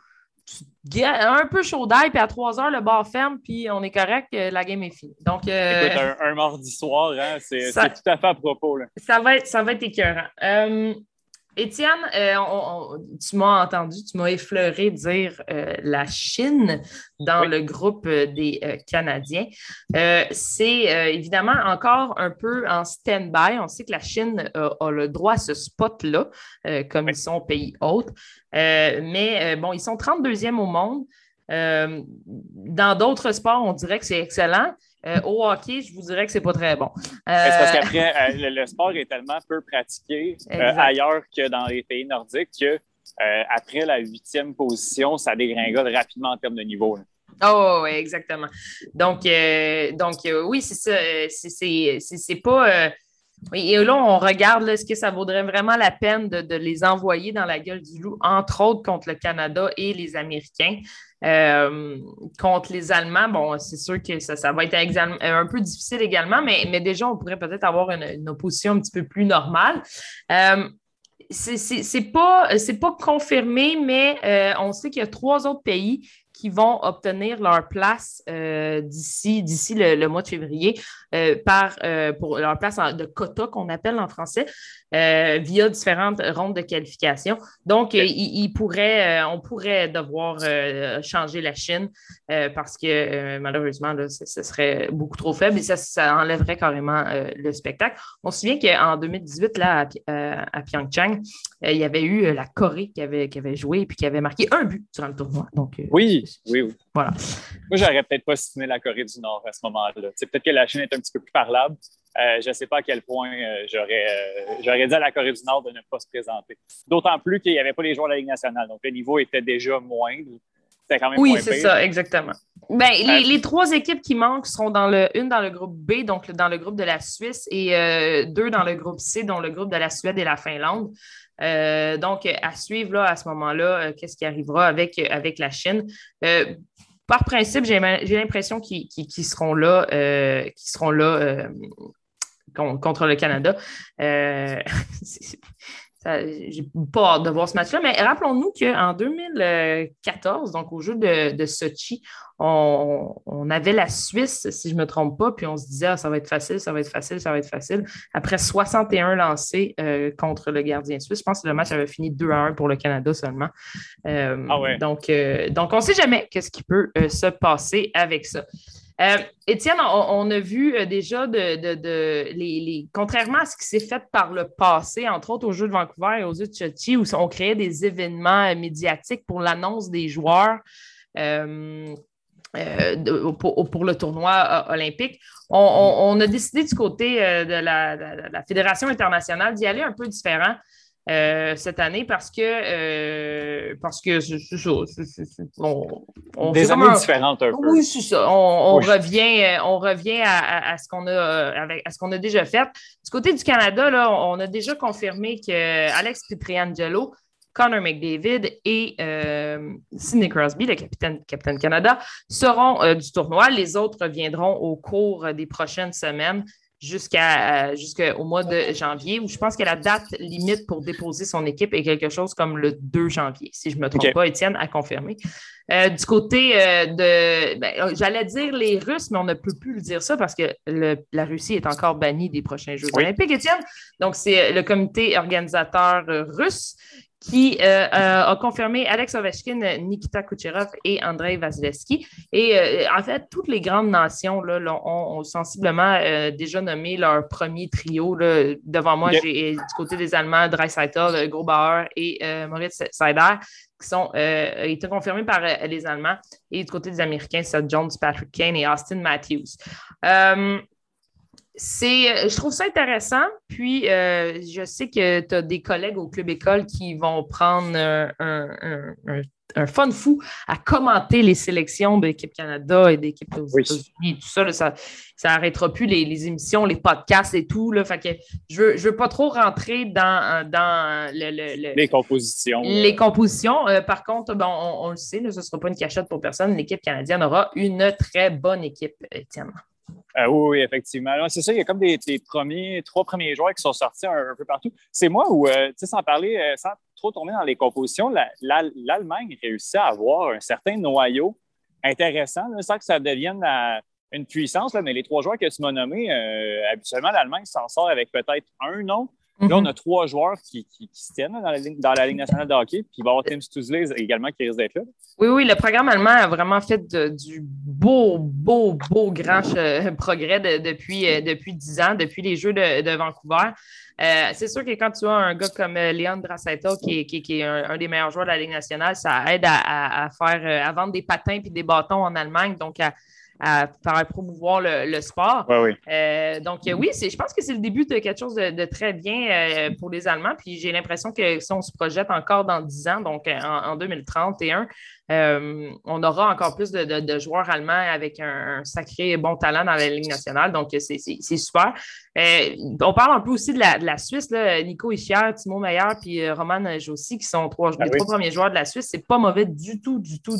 un peu chaud d'ail, puis à 3h, le bar ferme, puis on est correct, la game est finie. Donc, écoute, un mardi soir, hein, c'est tout à fait à propos. Là. Ça va être écœurant. Étienne, tu m'as entendu, tu m'as effleuré dire la Chine dans le groupe des Canadiens. C'est évidemment encore un peu en stand-by. On sait que la Chine a le droit à ce spot-là, comme ils sont pays hôtes. Mais ils sont 32e au monde. Dans d'autres sports, on dirait que c'est excellent. Au hockey, je vous dirais que c'est pas très bon. C'est parce qu'après, le sport est tellement peu pratiqué ailleurs que dans les pays nordiques que après la 8e position, ça dégringole rapidement en termes de niveau. Là. Oh, oui, exactement. Donc oui, c'est ça. C'est pas... Oui, et là, on regarde, est-ce que ça vaudrait vraiment la peine de les envoyer dans la gueule du loup, entre autres contre le Canada et les Américains. Contre les Allemands, bon, c'est sûr que ça va être un peu difficile également, mais déjà, on pourrait peut-être avoir une opposition un petit peu plus normale. C'est pas confirmé, mais on sait qu'il y a 3 autres pays qui vont obtenir leur place d'ici le mois de février pour leur place de quota qu'on appelle en français via différentes rondes de qualification. Donc, on pourrait devoir changer la Chine parce que malheureusement, là, ce serait beaucoup trop faible et ça enlèverait carrément le spectacle. On se souvient qu'en 2018, là, à Pyeongchang, il y avait eu la Corée qui avait joué et qui avait marqué un but durant le tournoi. Donc, oui. Voilà. Moi, j'aurais peut-être pas signé la Corée du Nord à ce moment-là. Peut-être que la Chine est un petit peu plus parlable. Je ne sais pas à quel point j'aurais dit à la Corée du Nord de ne pas se présenter. D'autant plus qu'il n'y avait pas les joueurs de la Ligue nationale. Donc, le niveau était déjà moindre. C'était quand même moins pire. Oui, c'est ça, exactement. Les 3 équipes qui manquent seront une dans le groupe B, donc dans le groupe de la Suisse, et 2 dans le groupe C, dont le groupe de la Suède et la Finlande. Donc, à suivre là, à ce moment-là, qu'est-ce qui arrivera avec la Chine. Par principe, j'ai l'impression qu'ils seront là, contre le Canada. J'ai pas hâte de voir ce match-là, mais rappelons-nous qu'en 2014, donc au jeu de Sochi, on avait la Suisse, si je ne me trompe pas, puis on se disait ça va être facile. Après 61 lancés contre le gardien suisse, je pense que le match avait fini 2-1 pour le Canada seulement. Donc, on ne sait jamais qu'est-ce qui peut se passer avec ça. Étienne, on a vu déjà contrairement à ce qui s'est fait par le passé, entre autres aux Jeux de Vancouver et aux Jeux de Sochi, où on créait des événements médiatiques pour l'annonce des joueurs. Pour le tournoi olympique. On a décidé du côté de la Fédération internationale d'y aller un peu différent cette année parce que des années différentes un peu. Oui, c'est ça. On revient à ce qu'on à ce qu'on a déjà fait. Du côté du Canada, là, on a déjà confirmé que Alex Pietrangelo, Connor McDavid et Sidney Crosby, le capitaine Canada, seront du tournoi. Les autres reviendront au cours des prochaines semaines jusqu'au mois de janvier, où je pense que la date limite pour déposer son équipe est quelque chose comme le 2 janvier, si je ne me trompe pas, Étienne a confirmé. Du côté j'allais dire les Russes, mais on ne peut plus le dire ça parce que la Russie est encore bannie des prochains Jeux olympiques, Étienne. Donc, c'est le comité organisateur russe qui a confirmé Alex Ovechkin, Nikita Kucherov et Andrei Vasilevskiy. Et en fait, toutes les grandes nations là, ont sensiblement déjà nommé leur premier trio. Là. Devant moi, j'ai du côté des Allemands, Draisaitl, Grobauer et Moritz Seider, qui ont été confirmés par les Allemands. Et du côté des Américains, c'est Jones, Patrick Kane et Austin Matthews. Je trouve ça intéressant. Puis, je sais que tu as des collègues au Club École qui vont prendre un fun fou à commenter les sélections de l'équipe Canada et d'équipe aux États-Unis. Tout ça, là, ça n'arrêtera plus les émissions, les podcasts et tout. Là, fait que je veux pas trop rentrer dans les compositions. Les compositions. Par contre, on le sait, là, ce ne sera pas une cachette pour personne. L'équipe canadienne aura une très bonne équipe, Étienne. Oui, effectivement. Alors, c'est ça, il y a comme des trois premiers joueurs qui sont sortis un peu partout. C'est moi où, sans parler, sans trop tomber dans les compositions, l'Allemagne réussit à avoir un certain noyau intéressant, là, sans que ça devienne une puissance, là, mais les 3 joueurs que tu m'as nommés, habituellement, l'Allemagne s'en sort avec peut-être un nom. Là, on a 3 joueurs qui se tiennent là, dans la Ligue nationale de hockey. Puis il va y avoir Tim Stützle également qui risque d'être là. Oui, le programme allemand a vraiment fait du beau grand progrès depuis 10 ans, depuis les Jeux de Vancouver. C'est sûr que quand tu as un gars comme Leon Draisaitl qui est un des meilleurs joueurs de la Ligue nationale, ça aide à vendre des patins et des bâtons en Allemagne, donc à faire promouvoir le sport. Oui. Donc, je pense que c'est le début de quelque chose de très bien pour les Allemands. Puis j'ai l'impression que si on se projette encore dans 10 ans, donc en 2031, on aura encore plus de joueurs allemands avec un sacré bon talent dans la Ligue nationale. Donc, c'est super. On parle un peu aussi de la Suisse. Là. Nico Hischier, Timo Meier puis Roman Josi, qui sont les 3 premiers joueurs de la Suisse. C'est pas mauvais du tout.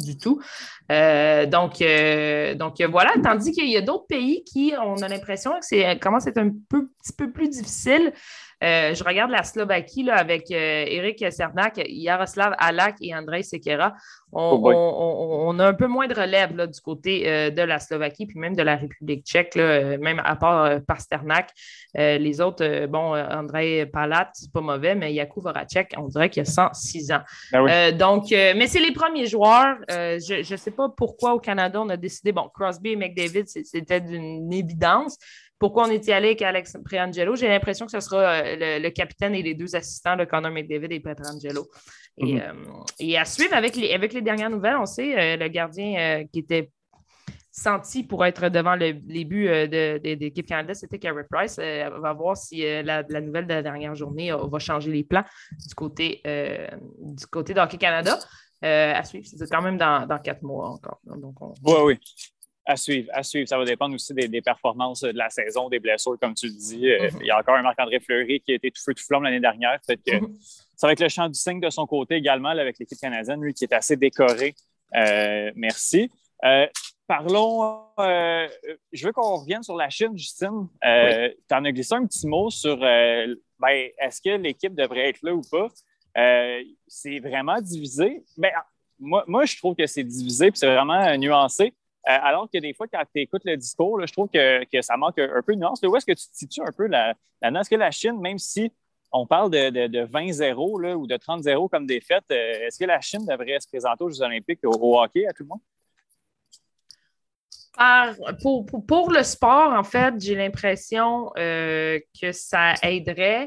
Donc, voilà. Tandis qu'il y a d'autres pays qui, on a l'impression que c'est commence à être un petit peu plus difficile. Je regarde la Slovaquie là, avec Eric Cernak, Jaroslav Halak et Andrej Sekera. On a un peu moins de relève là, du côté de la Slovaquie, puis même de la République tchèque, là, même à part Pasternak. Les autres, Andrej Palat, c'est pas mauvais, mais Jakub Voracek, on dirait qu'il a 106 ans. Ben oui. Mais c'est les premiers joueurs. Je ne sais pas pourquoi au Canada, on a décidé, Crosby et McDavid, c'était d'une évidence. Pourquoi on est allé avec Alex Pietrangelo? J'ai l'impression que ce sera le capitaine et les 2 assistants de Connor McDavid et Pietrangelo. Et à suivre avec les dernières nouvelles, on sait le gardien qui était senti pour être devant les buts de l'équipe Canada, c'était Carey Price. On va voir si la nouvelle de la dernière journée va changer les plans du côté de Hockey Canada. À suivre, c'est quand même dans 4 mois encore. Donc Oui. À suivre. Ça va dépendre aussi des performances de la saison, des blessures, comme tu le dis. Il y a encore un Marc-André Fleury qui a été tout feu tout flamme l'année dernière. Peut-être que ça va être le champ du cygne de son côté également là, avec l'équipe canadienne, lui qui est assez décoré. Merci. Parlons, je veux qu'on revienne sur la Chine, Justine. Tu en as glissé un petit mot sur est-ce que l'équipe devrait être là ou pas? C'est vraiment divisé. Moi, je trouve que c'est divisé et c'est vraiment nuancé. Alors que des fois, quand tu écoutes le discours, là, je trouve que ça manque un peu de nuance. Où est-ce que tu te situes un peu là-dedans? Est-ce que la Chine, même si on parle de 20-0 là, ou de 30-0 comme défaite, est-ce que la Chine devrait se présenter aux Jeux olympiques au hockey à tout le monde? Pour le sport, en fait, j'ai l'impression que ça aiderait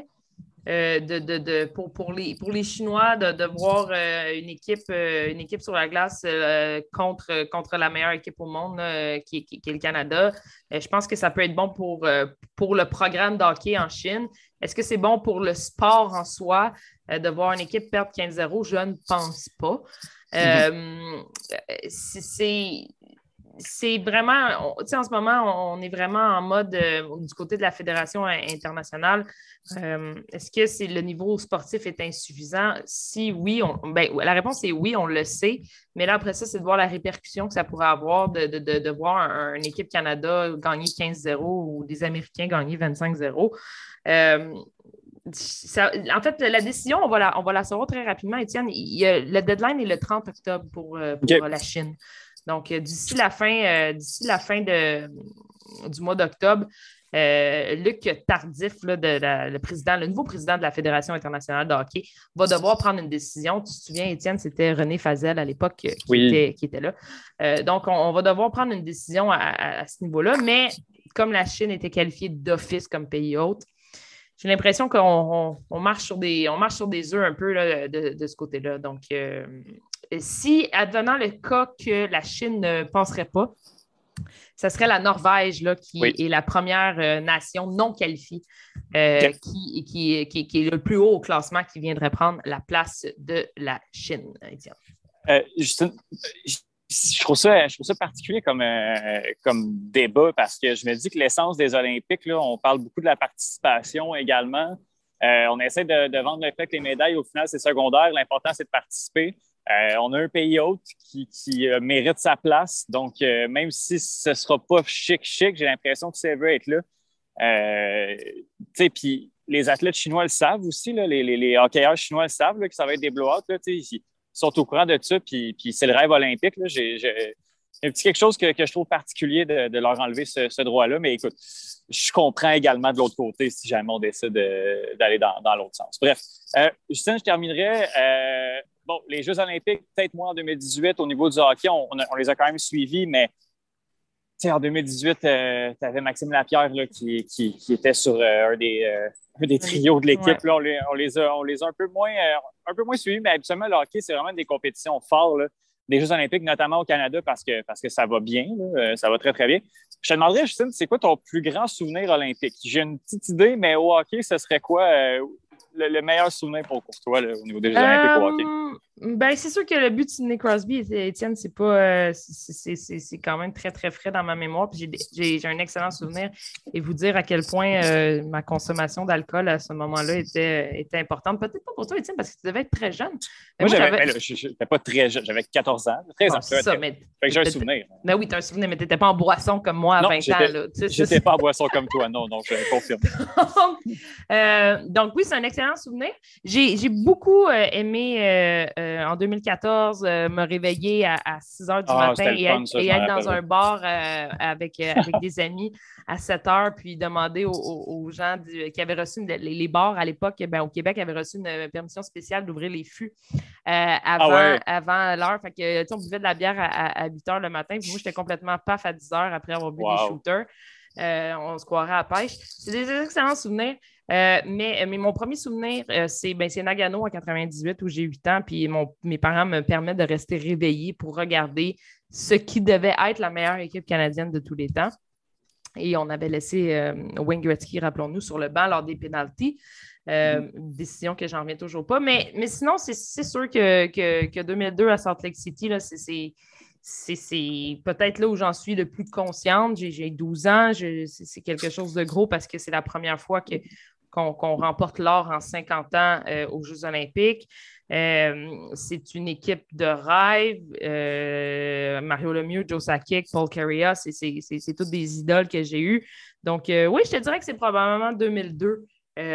pour les Chinois de voir une équipe sur la glace contre la meilleure équipe au monde, qui est le Canada. Je pense que ça peut être bon pour le programme de hockey en Chine. Est-ce que c'est bon pour le sport en soi de voir une équipe perdre 15-0? Je ne pense pas. C'est vraiment, tu sais, en ce moment, on est vraiment en mode du côté de la Fédération internationale. Est-ce que le niveau sportif est insuffisant? Si oui, la réponse est oui, on le sait. Mais là, après ça, c'est de voir la répercussion que ça pourrait avoir de voir une équipe Canada gagner 15-0 ou des Américains gagner 25-0. En fait, la décision, on va la savoir très rapidement, Étienne. Le deadline est le 30 octobre pour la Chine. Donc, d'ici la fin du mois d'octobre, Luc Tardif, là, le nouveau président de la Fédération internationale de hockey, va devoir prendre une décision. Tu te souviens, Étienne, c'était René Fazel à l'époque qui était là. Donc, on va devoir prendre une décision à ce niveau-là. Mais comme la Chine était qualifiée d'office comme pays hôte, j'ai l'impression qu'on marche sur des œufs un peu là, de ce côté-là. Donc, si, advenant le cas que la Chine ne passerait pas, ça serait la Norvège là, qui est la première nation non qualifiée qui est le plus haut au classement, qui viendrait prendre la place de la Chine. Justine, je trouve ça particulier comme débat parce que je me dis que l'essence des Olympiques, là, on parle beaucoup de la participation également. On essaie de vendre le fait que les médailles, au final, c'est secondaire. L'important, c'est de participer. On a un pays hôte qui mérite sa place. Donc, même si ce ne sera pas chic, j'ai l'impression que ça veut être là. Puis les athlètes chinois le savent aussi. Là, les hockeyeurs chinois le savent là, que ça va être des blowouts. Là, ils sont au courant de ça. Puis c'est le rêve olympique. Là. J'ai un petit quelque chose que je trouve particulier de leur enlever ce droit-là. Mais écoute, je comprends également de l'autre côté si jamais on décide d'aller dans l'autre sens. Bref, Justine, je terminerai. Bon, les Jeux olympiques, peut-être moins en 2018, au niveau du hockey, on les a quand même suivis, mais en 2018, tu avais Maxime Lapierre là, qui était sur un des trios de l'équipe. Là, on les a un peu moins suivis, mais habituellement, le hockey, c'est vraiment des compétitions fortes là, des Jeux olympiques, notamment au Canada, parce que ça va bien, là, ça va très, très bien. Je te demanderais, Justine, c'est quoi ton plus grand souvenir olympique? J'ai une petite idée, mais au hockey, ce serait quoi le meilleur souvenir pour toi là, au niveau des Jeux olympiques au hockey? C'est sûr que le but de Sidney Crosby, Étienne, c'est pas c'est quand même très, très frais dans ma mémoire. Puis j'ai un excellent souvenir et vous dire à quel point ma consommation d'alcool à ce moment-là était importante. Peut-être pas pour toi, Étienne, parce que tu devais être très jeune. Moi, je n'étais pas très jeune. J'avais 14 ans. 13 ans. C'est ça, mais fait que j'ai un souvenir. Mais oui, tu as un souvenir, mais tu n'étais pas en boisson comme moi à 20 ans. Je n'étais pas en boisson comme toi, non, je confirme. Donc oui, c'est un excellent souvenir. J'ai beaucoup aimé en 2014 me réveiller à 6 heures du matin et être dans un bar avec des amis à 7 heures, puis demander aux gens qui avaient reçu les bars à l'époque, au Québec, avaient reçu une permission spéciale d'ouvrir les fûts avant l'heure. Fait que, on buvait de la bière à 8 heures le matin, puis moi, j'étais complètement paf à 10 heures après avoir bu des shooters. On se croirait à la pêche. C'est des excellents souvenirs. Mais mon premier souvenir, c'est Nagano en 98 où j'ai 8 ans, puis mes parents me permettent de rester réveillés pour regarder ce qui devait être la meilleure équipe canadienne de tous les temps. Et on avait laissé Wayne Gretzky, rappelons-nous, sur le banc lors des pénaltys. Décision que j'en reviens toujours pas. Mais sinon, c'est sûr que 2002 à Salt Lake City, là, c'est peut-être là où j'en suis le plus consciente. J'ai 12 ans. C'est quelque chose de gros parce que c'est la première fois qu'on remporte l'or en 50 ans aux Jeux olympiques. C'est une équipe de rêve. Mario Lemieux, Joe Sakic, Paul Kariya, c'est toutes des idoles que j'ai eues. Donc, oui, je te dirais que c'est probablement 2002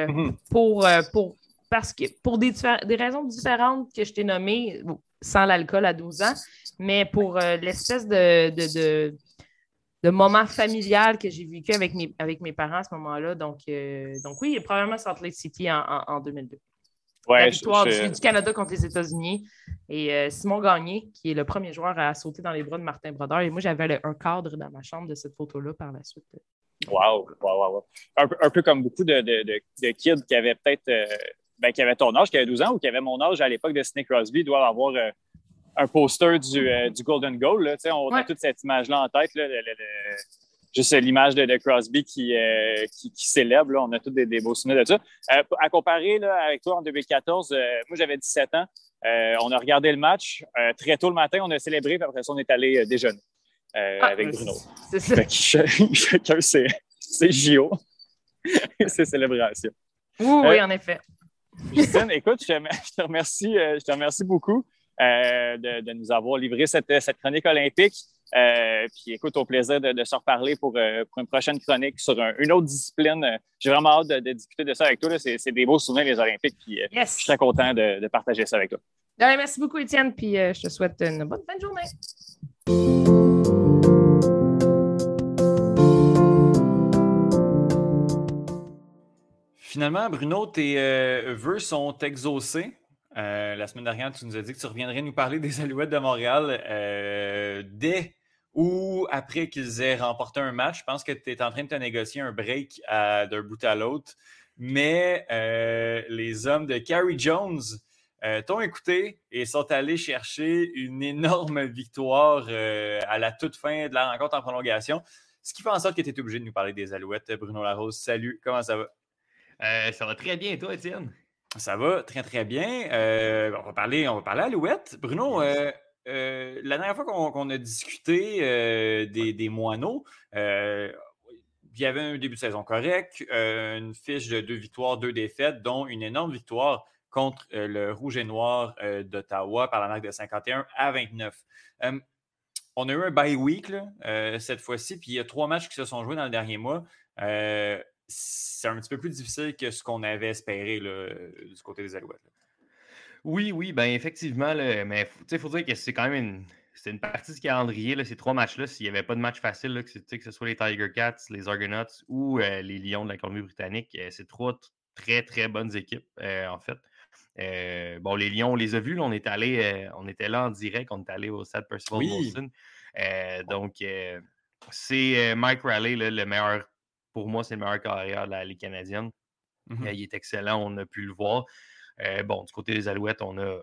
parce que pour des raisons différentes que je t'ai nommées, sans l'alcool à 12 ans, mais pour l'espèce de moment familial que j'ai vécu avec mes parents à ce moment-là. Donc oui, probablement Salt Lake City en 2002. La victoire du Canada contre les États-Unis. Et Simon Gagné, qui est le premier joueur à sauter dans les bras de Martin Brodeur. Et moi, j'avais un cadre dans ma chambre de cette photo-là par la suite. Wow. Un peu comme beaucoup de kids qui avaient peut-être qui avaient ton âge, qui avaient 12 ans ou qui avaient mon âge à l'époque de Sidney Crosby, doivent avoir un poster du Golden Goal. Là. On a toute cette image-là en tête. Là, juste l'image de Crosby qui célèbre. Là. On a tous des beaux souvenirs de ça. À comparer là, avec toi en 2014, moi j'avais 17 ans. On a regardé le match. Très tôt le matin, on a célébré, puis après ça, on est allé déjeuner avec Bruno. C'est ça. Chacun c'est JO et ses célébrations. Oui, en effet. Justine, écoute, je te remercie beaucoup de nous avoir livré cette chronique olympique. Puis écoute, au plaisir de se reparler pour une prochaine chronique sur une autre discipline. J'ai vraiment hâte de discuter de ça avec toi. Là. C'est des beaux souvenirs, les Olympiques. Puis je suis très content de partager ça avec toi. Merci beaucoup, Étienne. Puis je te souhaite une bonne fin de journée. Finalement, Bruno, tes vœux sont exaucés. La semaine dernière, tu nous as dit que tu reviendrais nous parler des Alouettes de Montréal dès ou après qu'ils aient remporté un match. Je pense que tu es en train de te négocier un break d'un bout à l'autre. Mais les hommes de Carey Jones t'ont écouté et sont allés chercher une énorme victoire à la toute fin de la rencontre en prolongation. Ce qui fait en sorte que tu es obligé de nous parler des Alouettes. Bruno Larose, salut, comment ça va? Ça va très bien, et toi, Étienne? Ça va très, très bien. On va parler Alouettes. Bruno, la dernière fois qu'on a discuté des Moineaux, il y avait un début de saison correct, une fiche de 2 victoires, 2 défaites, dont une énorme victoire contre le Rouge et Noir d'Ottawa par la marque de 51-29. On a eu un bye week là, cette fois-ci, puis il y a 3 matchs qui se sont joués dans le dernier mois. C'est un petit peu plus difficile que ce qu'on avait espéré là, du côté des Alouettes. Là. Oui, bien effectivement, là, mais il faut dire que c'est quand même une partie du calendrier, là, ces 3 matchs-là. S'il n'y avait pas de match facile, là, que ce soit les Tiger Cats, les Argonauts ou les Lions de la Colombie-Britannique, c'est 3 très, très bonnes équipes, en fait. Les Lions, on les a vus, là, on était là en direct, on est allé au stade Percival Molson. Donc, c'est Mike Raleigh, là, le meilleur. Pour moi, c'est le meilleur carrière de la Ligue canadienne. Mm-hmm. Il est excellent, on a pu le voir. Du côté des Alouettes,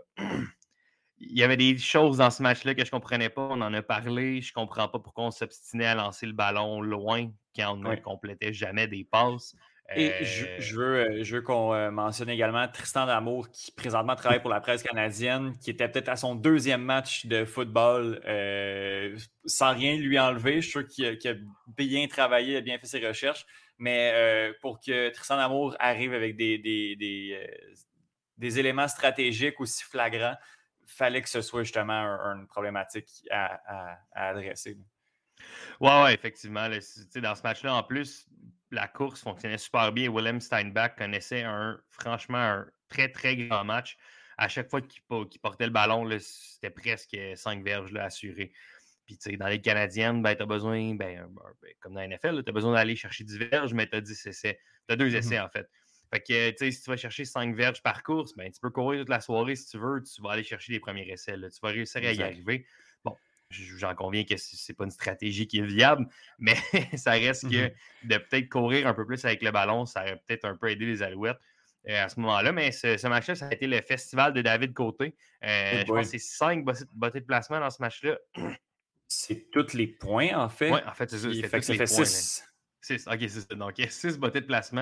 il y avait des choses dans ce match-là que je ne comprenais pas. On en a parlé. Je ne comprends pas pourquoi on s'obstinait à lancer le ballon loin quand on ne complétait jamais des passes. Et je veux qu'on mentionne également Tristan D'Amour qui présentement travaille pour la presse canadienne, qui était peut-être à son 2e match de football sans rien lui enlever. Je suis sûr qu'il a bien travaillé, il a bien fait ses recherches, mais pour que Tristan D'Amour arrive avec des éléments stratégiques aussi flagrants, il fallait que ce soit justement une problématique à adresser. Oui, effectivement. Là, dans ce match-là, en plus, la course fonctionnait super bien. Willem Steinbach connaissait franchement un très, très grand match. À chaque fois qu'il portait le ballon, là, c'était presque 5 verges là, assurées. Puis, dans les Canadiennes, tu as besoin, comme dans la NFL, tu as besoin d'aller chercher 10 verges, mais tu as 10 essais. Tu as 2 essais, en fait. Fait que, si tu vas chercher 5 verges par course, tu peux courir toute la soirée si tu veux. Tu vas aller chercher les premiers essais. Là. Tu vas réussir à y arriver. Bon, j'en conviens que c'est pas une stratégie qui est viable, mais ça reste que de peut-être courir un peu plus avec le ballon, ça aurait peut-être un peu aidé les Alouettes à ce moment-là. Mais ce match-là, ça a été le festival de David Côté. Je pense que c'est 5 bottées de placement dans ce match-là. C'est tous les points, en fait. Oui, en fait, c'est ça. Ça fait 6. 6, ok, c'est ça. Donc, 6 bottées de placement.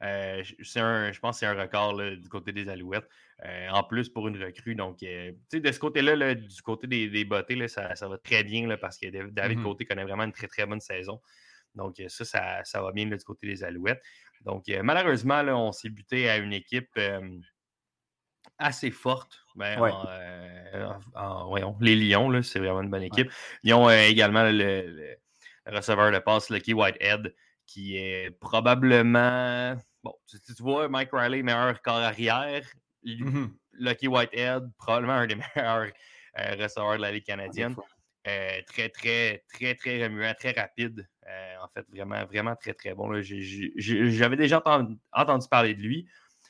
Je pense que c'est un record là, du côté des Alouettes. En plus, pour une recrue. Donc, de ce côté-là, là, du côté des bottées, là, ça va très bien là, parce que David Côté connaît vraiment une très, très bonne saison. Donc, ça va bien là, du côté des Alouettes. Donc, malheureusement, là, on s'est buté à une équipe assez forte. Les Lions, là, c'est vraiment une bonne équipe. Ouais. Ils ont également le receveur de passe, Lucky Whitehead, qui est probablement... Bon, tu vois, Mike Riley, meilleur corps arrière. Lucky Whitehead, probablement un des meilleurs receveurs de la Ligue canadienne. Très, très, très, très remuant, très rapide. En fait, vraiment, vraiment très, très bon. Là. J'avais déjà entendu parler de lui.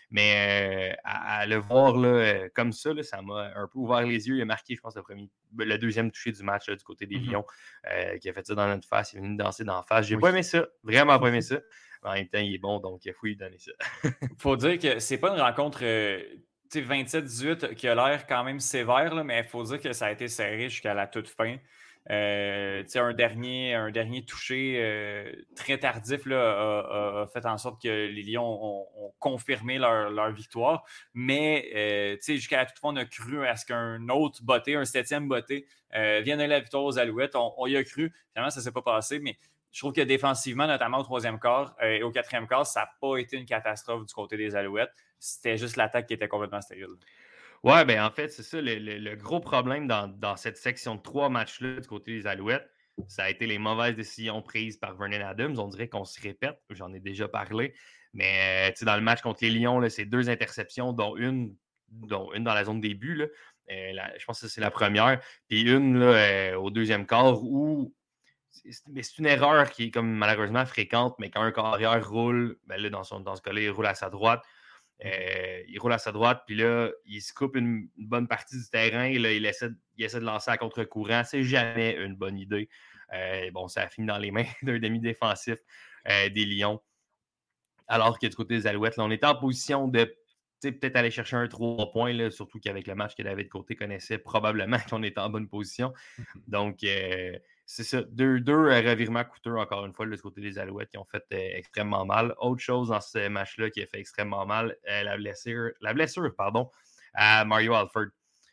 Mais à le voir là, comme ça, là, ça m'a un peu ouvert les yeux. Il a marqué, je pense, le deuxième touché du match là, du côté des Lions, qui a fait ça dans notre face. Il est venu danser dans la face. J'ai pas aimé ça, vraiment pas aimé ça. Mais en même temps, il est bon, donc il faut lui donner ça. Faut dire que c'est pas une rencontre 27-18 qui a l'air quand même sévère, là, mais il faut dire que ça a été serré jusqu'à la toute fin. Un dernier touché très tardif là, a fait en sorte que les Lions ont confirmé leur victoire. Mais jusqu'à la toute fin, on a cru à ce qu'un autre botté, un 7e botté, vienne donner la victoire aux Alouettes. On y a cru. Finalement, ça ne s'est pas passé, mais je trouve que défensivement, notamment au 3e quart et au 4e quart, ça n'a pas été une catastrophe du côté des Alouettes. C'était juste l'attaque qui était complètement stérile. Ouais, ben en fait, c'est ça. Le gros problème dans cette section de 3 matchs-là du côté des Alouettes, ça a été les mauvaises décisions prises par Vernon Adams. On dirait qu'on se répète. J'en ai déjà parlé. Mais dans le match contre les Lions, là, c'est 2 interceptions, dont une dans la zone des buts. Là. Je pense que c'est la première. Puis une là, au 2e quart où c'est une erreur qui est comme malheureusement fréquente, mais quand un carrière roule, ben là, dans ce cas-là, il roule à sa droite. Il roule à sa droite, puis là, il se coupe une bonne partie du terrain. Et là, il essaie de lancer à contre-courant. C'est jamais une bonne idée. Ça a fini dans les mains d'un demi-défensif des Lions. Alors que du côté des Alouettes, là, on était en position de peut-être aller chercher un 3 points, là, surtout qu'avec le match que David Côté connaissait, probablement qu'on était en bonne position. Donc, c'est ça. Deux revirements coûteux, encore une fois, du côté des Alouettes qui ont fait extrêmement mal. Autre chose dans ce match-là qui a fait extrêmement mal, la blessure à Mario Alford.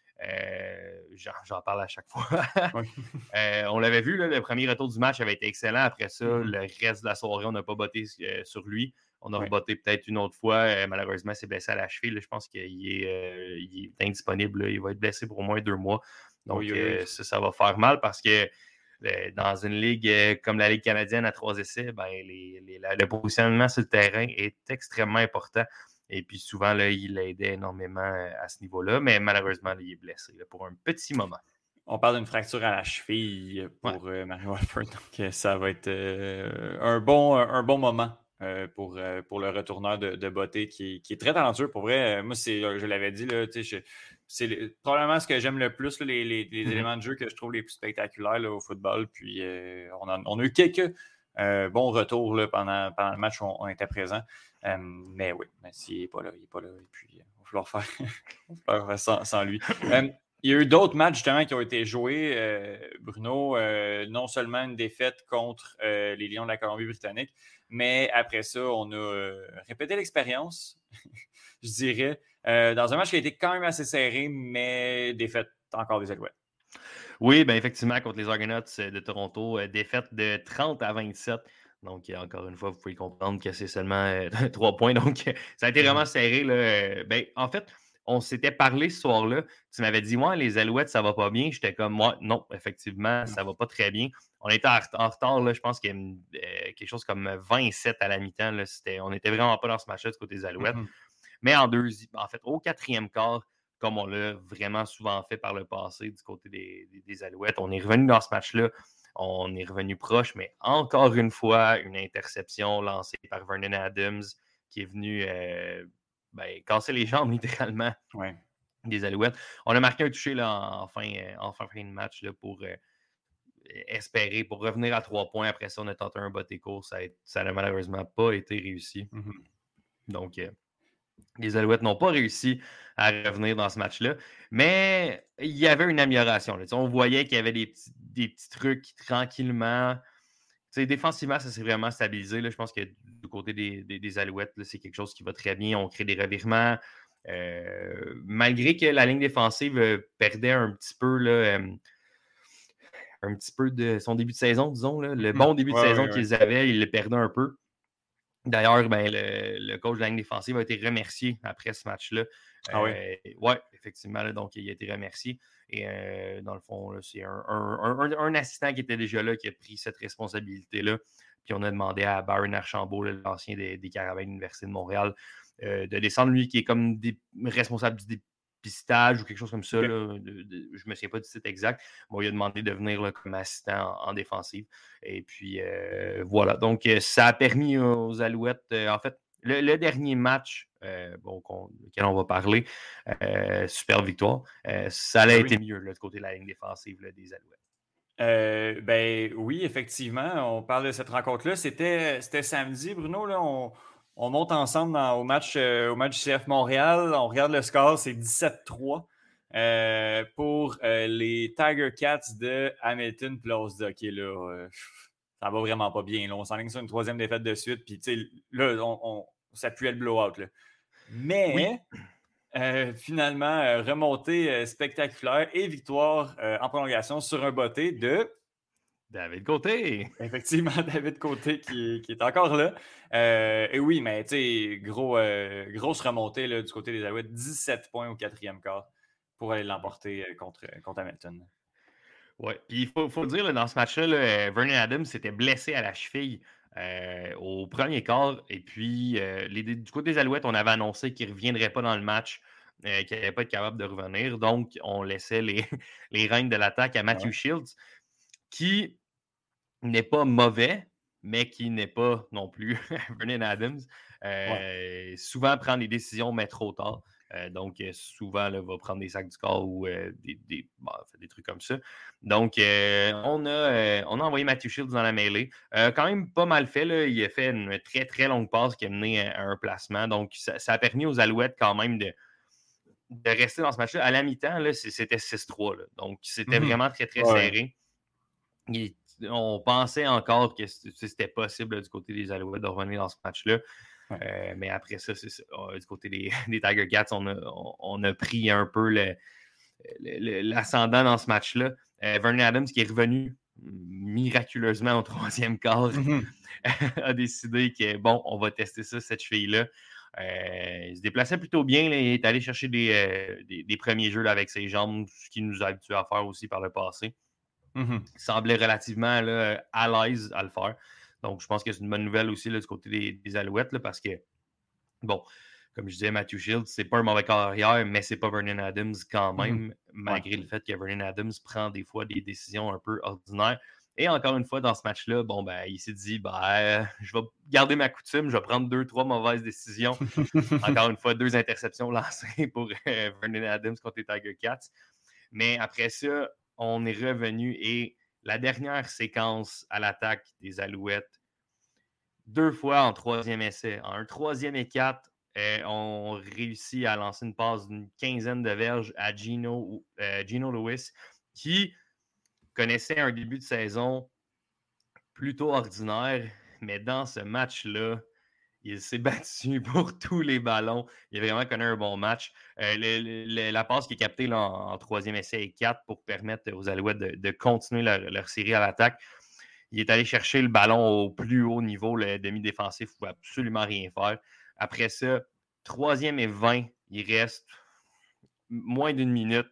J'en parle à chaque fois. On l'avait vu, là, le premier retour du match avait été excellent. Après ça, le reste de la soirée, on n'a pas botté sur lui. On a rebotté peut-être une autre fois. Malheureusement, il s'est blessé à la cheville. Là. Je pense qu'il est indisponible. Là. Il va être blessé pour au moins 2 mois. Donc, ça va faire mal parce que dans une ligue comme la Ligue canadienne à 3 essais, ben, le positionnement sur le terrain est extrêmement important. Et puis souvent, là, il l'aidait énormément à ce niveau-là. Mais malheureusement, là, il est blessé là, pour un petit moment. On parle d'une fracture à la cheville pour Mario Alford. Donc, ça va être un bon moment. Pour le retourneur de Botté qui est très talentueux. Pour vrai, moi, je l'avais dit, là, c'est probablement ce que j'aime le plus, là, les éléments de jeu que je trouve les plus spectaculaires là, au football. Puis on a eu quelques bons retours là, pendant le match où on était présent. Mais oui, s'il n'est pas là, il n'est pas là. Et puis, il va falloir faire sans lui. Il y a eu d'autres matchs justement qui ont été joués, Bruno. Non seulement une défaite contre les Lions de la Colombie-Britannique, mais après ça, on a répété l'expérience, je dirais, dans un match qui a été quand même assez serré, mais défaite encore des Alouettes. Oui, bien effectivement, contre les Argonauts de Toronto, défaite de 30-27. Donc, encore une fois, vous pouvez comprendre que c'est seulement 3 points. Donc, ça a été vraiment serré. Là. En fait, on s'était parlé ce soir-là. Tu m'avais dit, ouais, les Alouettes, ça va pas bien. J'étais comme, moi, non, effectivement, ça va pas très bien. On était en retard, là, je pense qu'il y a quelque chose comme 20-7 à la mi-temps. Là, on n'était vraiment pas dans ce match-là du côté des Alouettes. Mais en fait, au 4e quart, comme on l'a vraiment souvent fait par le passé du côté des Alouettes, on est revenu dans ce match-là. On est revenu proche, mais encore une fois, une interception lancée par Vernon Adams qui est venu casser les jambes littéralement des Alouettes. On a marqué un touché là, en fin de match là, pour espérer, pour revenir à 3 points. Après ça, on a tenté un botté court. Ça n'a malheureusement pas été réussi. Donc, les Alouettes n'ont pas réussi à revenir dans ce match-là. Mais il y avait une amélioration. Là. On voyait qu'il y avait des petits trucs qui, tranquillement... défensivement, ça s'est vraiment stabilisé. Là. Je pense que du côté des Alouettes, là, c'est quelque chose qui va très bien. On crée des revirements. Malgré que la ligne défensive perdait un petit peu... Là, un petit peu de son début de saison, disons. Là. Le bon début de saison qu'ils avaient, ils le perdaient un peu. D'ailleurs, le coach de la ligne défensive a été remercié après ce match-là. Oui, effectivement. Là, donc, il a été remercié. Et dans le fond, là, c'est un assistant qui était déjà là qui a pris cette responsabilité-là. Puis on a demandé à Byron Archambault, l'ancien des Carabins de l'Université de Montréal, de descendre, lui, qui est comme responsable du dépistage ou quelque chose comme ça. Là, je ne me souviens pas du titre exact. Bon, il a demandé de venir là, comme assistant en défensive. Et puis, voilà. Donc, ça a permis aux Alouettes... en fait, Le dernier match auquel on va parler, super victoire, ça a été mieux là, du côté de la ligne défensive là, des Alouettes. Ben oui, effectivement, on parle de cette rencontre-là. C'était samedi, Bruno. Là, on monte ensemble au match du CF Montréal. On regarde le score, c'est 17-3 pour les Tiger Cats de Hamilton Place Hockey. Là, ça va vraiment pas bien. Là. On s'enligne sur une 3e défaite de suite. Puis là, ça puait le blowout. Là. Mais finalement, remontée spectaculaire et victoire en prolongation sur un botté de David Côté. Effectivement, David Côté qui est encore là. Et oui, mais tu sais, grosse remontée là, du côté des Alouettes. 17 points au 4e quart pour aller l'emporter contre Hamilton. Oui, puis il faut le dire, là, dans ce match-là, Vernon Adams s'était blessé à la cheville au premier quart. Et puis, du côté des Alouettes, on avait annoncé qu'il ne reviendrait pas dans le match, qu'il n'allait pas être capable de revenir. Donc, on laissait les rênes de l'attaque à Matthew Shields, qui n'est pas mauvais, mais qui n'est pas non plus Vernon Adams. Souvent prend des décisions, mais trop tard. Donc, souvent, là, va prendre des sacs du corps ou des trucs comme ça. Donc, on a envoyé Matthew Shields dans la mêlée. Quand même pas mal fait. Là. Il a fait une très, très longue passe qui a mené à un placement. Donc, ça a permis aux Alouettes quand même de rester dans ce match-là. À la mi-temps, là, c'était 6-3. Là. Donc, c'était vraiment très, très serré. On pensait encore que c'était possible là, du côté des Alouettes de revenir dans ce match-là. Mais après ça, c'est ça. Du côté des Tiger Cats, on a pris un peu l'ascendant dans ce match-là. Vernon Adams, qui est revenu miraculeusement au 3e quart, a décidé que, bon, on va tester ça, cette cheville-là. Il se déplaçait plutôt bien. Là, il est allé chercher des premiers jeux là, avec ses jambes, ce qu'il nous a habitués à faire aussi par le passé. Il semblait relativement là, à l'aise à le faire. Donc, je pense que c'est une bonne nouvelle aussi là, du côté des Alouettes là, parce que, bon, comme je disais, Matthew Shields, c'est pas un mauvais carrière, mais c'est pas Vernon Adams quand même, malgré le fait que Vernon Adams prend des fois des décisions un peu ordinaires. Et encore une fois, dans ce match-là, bon, ben, il s'est dit, je vais garder ma coutume, je vais prendre 2-3 mauvaises décisions. Encore une fois, 2 interceptions lancées pour Vernon Adams contre les Tiger Cats. Mais après ça, on est revenu et la dernière séquence à l'attaque des Alouettes, 2 fois en 3e essai. En un 3e et 4, on réussit à lancer une passe d'une 15aine de verges à Gino Lewis, qui connaissait un début de saison plutôt ordinaire, mais dans ce match-là, il s'est battu pour tous les ballons. Il a vraiment connu un bon match. La passe qui est captée là, en 3e essai et 4 pour permettre aux Alouettes de continuer leur série à l'attaque. Il est allé chercher le ballon au plus haut niveau. Le demi-défensif ne pouvait absolument rien faire. Après ça, 3e et 20, il reste moins d'1 minute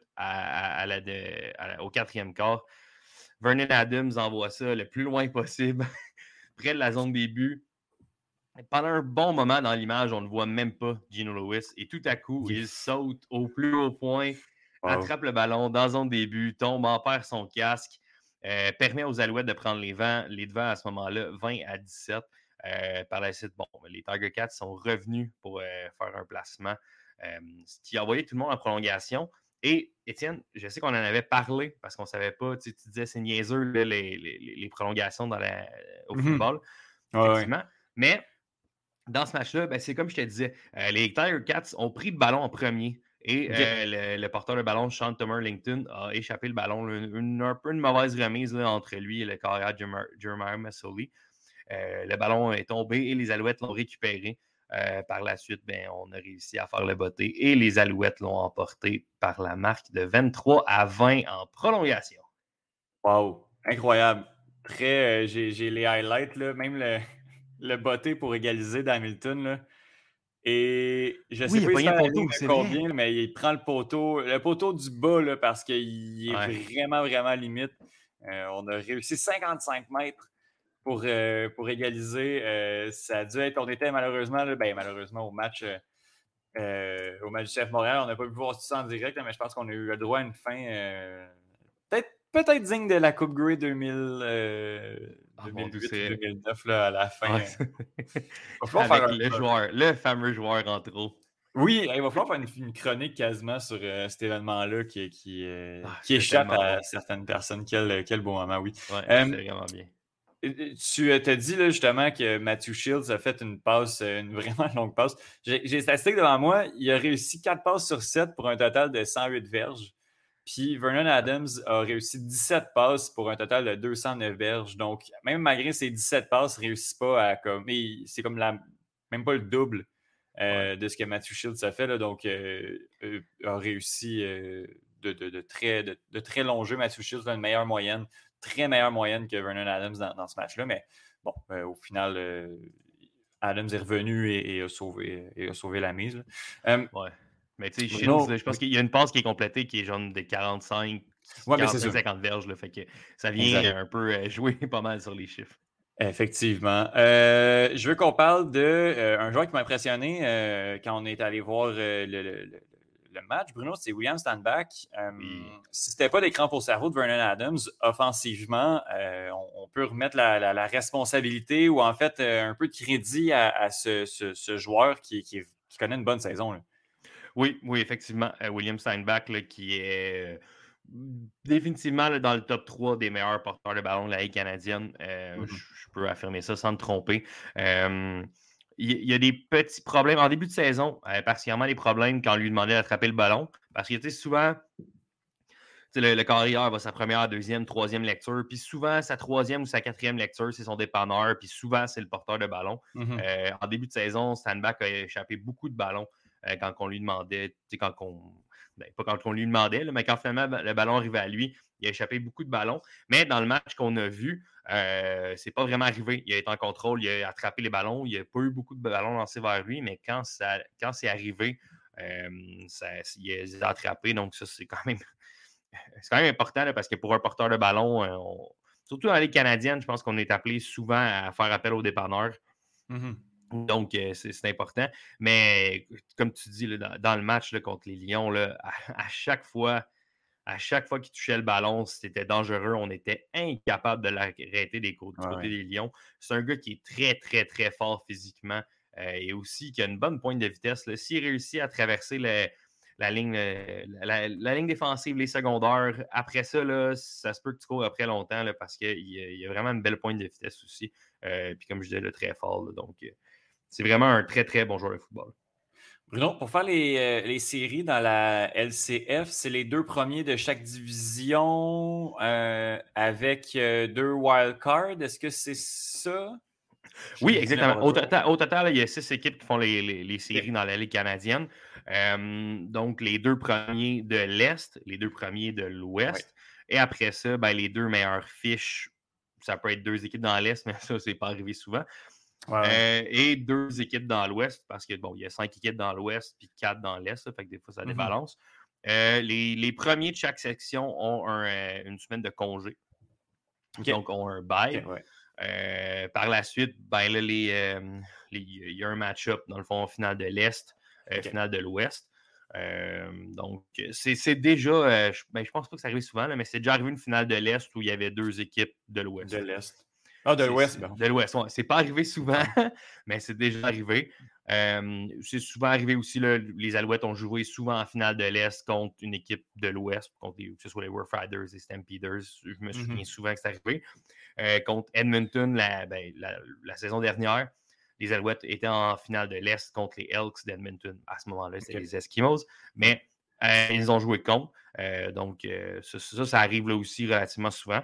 au 4e quart. Vernon Adams envoie ça le plus loin possible, près de la zone des buts. Pendant un bon moment dans l'image, on ne voit même pas Gino Lewis. Et tout à coup, il saute au plus haut point, attrape le ballon dans la zone des buts, tombe, en perd son casque, permet aux Alouettes de prendre les devants à ce moment-là, 20-17. Par la suite, bon, les Tiger Cats sont revenus pour faire un placement, ce qui a envoyé tout le monde en prolongation. Et Étienne, je sais qu'on en avait parlé parce qu'on ne savait pas, tu disais c'est niaiseux là, les prolongations au football, effectivement. Mais dans ce match-là, ben, c'est comme je te disais, les Tiger Cats ont pris le ballon en premier et le porteur de ballon, Sean Tomer-Langton, a échappé le ballon. Un peu une mauvaise remise là, entre lui et le carrière Jeremiah Masoli. Le ballon est tombé et les Alouettes l'ont récupéré. Par la suite, ben, on a réussi à faire le botté et les Alouettes l'ont emporté par la marque de 23-20 en prolongation. Wow! Incroyable! Très, j'ai les highlights, là, même le botté pour égaliser d'Hamilton. Là. Et je sais pas si combien, mais il prend le poteau du bas là, parce qu'il est vraiment, vraiment limite. On a réussi 55 mètres pour égaliser. Ça a dû être, on était malheureusement au match du CF Montréal. On n'a pas pu voir tout ça en direct, mais je pense qu'on a eu le droit à une fin peut-être digne de la Coupe Grey 2008-2009 à la fin. Avec le fameux joueur en trop. Oui, il va falloir faire une chronique quasiment sur cet événement-là qui échappe à certaines personnes. Quel beau moment, oui. Ouais, c'est vraiment bien. Tu t'as dit là, justement que Matthew Shields a fait une vraiment longue passe. J'ai les statistiques devant moi. Il a réussi 4 passes sur 7 pour un total de 108 verges. Puis Vernon Adams a réussi 17 passes pour un total de 209 verges. Donc, même malgré ces 17 passes, il ne réussit pas à comme. C'est comme même pas le double de ce que Matthew Shields a fait. Là, donc, a réussi de très long jeu. Matthew Shields a une meilleure moyenne, très meilleure moyenne que Vernon Adams dans ce match-là. Mais bon, au final, Adams est revenu et a sauvé la mise. Ouais. Mais tu sais, Shields, je pense qu'il y a une passe qui est complétée qui est genre des 45-50 verges. Là, fait que ça vient un peu jouer pas mal sur les chiffres. Effectivement. Je veux qu'on parle d'un joueur qui m'a impressionné quand on est allé voir le match, Bruno, c'est William Stanback. Si ce n'était pas l'écran pour cerveau de Vernon Adams, offensivement, on peut remettre la responsabilité ou en fait un peu de crédit à ce joueur qui connaît une bonne saison. Là. Oui, effectivement. William Stanback là, qui est définitivement là, dans le top 3 des meilleurs porteurs de ballon de la Ligue canadienne. Je peux affirmer ça sans me tromper. Il y a des petits problèmes en début de saison, particulièrement des problèmes quand on lui demandait d'attraper le ballon. Parce que souvent, le carrière va sa première, deuxième, troisième lecture. Puis souvent, sa troisième ou sa quatrième lecture, c'est son dépanneur. Puis souvent, c'est le porteur de ballon. En début de saison, Stanback a échappé beaucoup de ballons quand on lui demandait, pas quand on lui demandait, là, mais quand finalement le ballon arrivait à lui, il a échappé beaucoup de ballons. Mais dans le match qu'on a vu, c'est pas vraiment arrivé. Il a été en contrôle, il a attrapé les ballons, il n'y a pas eu beaucoup de ballons lancés vers lui, mais quand c'est arrivé, il les a attrapés. Donc ça, c'est quand même important là, parce que pour un porteur de ballon, surtout dans la Ligue canadienne, je pense qu'on est appelé souvent à faire appel aux dépanneurs. Donc, c'est important. Mais comme tu dis, là, dans le match là, contre les Lions, là, à chaque fois qu'il touchait le ballon, c'était dangereux. On était incapable de l'arrêter du côté des Lions. C'est un gars qui est très, très, très fort physiquement et aussi qui a une bonne pointe de vitesse. Là. S'il réussit à traverser la ligne défensive, les secondaires, après ça, là, ça se peut que tu cours après longtemps là, parce qu'il y a vraiment une belle pointe de vitesse aussi. Puis comme je disais, là, très fort. Là, donc, c'est vraiment un très, très bon joueur de football. Bruno, pour faire les séries dans la LCF, c'est les 2 premiers de chaque division avec 2 wildcards. Est-ce que c'est ça? Oui, exactement. Au total, il y a 6 équipes qui font les séries dans la Ligue canadienne. Donc, les 2 premiers de l'Est, les 2 premiers de l'Ouest. Et après ça, les 2 meilleures fiches, ça peut être 2 équipes dans l'Est, mais ça, c'est pas arrivé souvent. Et 2 équipes dans l'Ouest, parce que il y a 5 équipes dans l'Ouest puis 4 dans l'Est, ça fait que des fois, ça débalance. Les premiers de chaque section ont une semaine de congé. Donc, ont un bye. Par la suite, il y a un match-up, dans le fond, finale de l'Est, finale de l'Ouest. Donc, c'est déjà, je pense pas que ça arrive souvent, là, mais c'est déjà arrivé une finale de l'Est où il y avait 2 équipes de l'Ouest. De l'Est. Ah, de l'Ouest. De l'Ouest, oui. C'est pas arrivé souvent, mais c'est déjà arrivé. C'est souvent arrivé aussi, là, les Alouettes ont joué souvent en finale de l'Est contre une équipe de l'Ouest, que ce soit les Wolf Riders, les Stampeders. Je me souviens souvent que c'est arrivé. Contre Edmonton, la saison dernière, les Alouettes étaient en finale de l'Est contre les Elks d'Edmonton. À ce moment-là, c'était les Eskimos. Mais ils ont joué contre. Donc, ça arrive là aussi relativement souvent.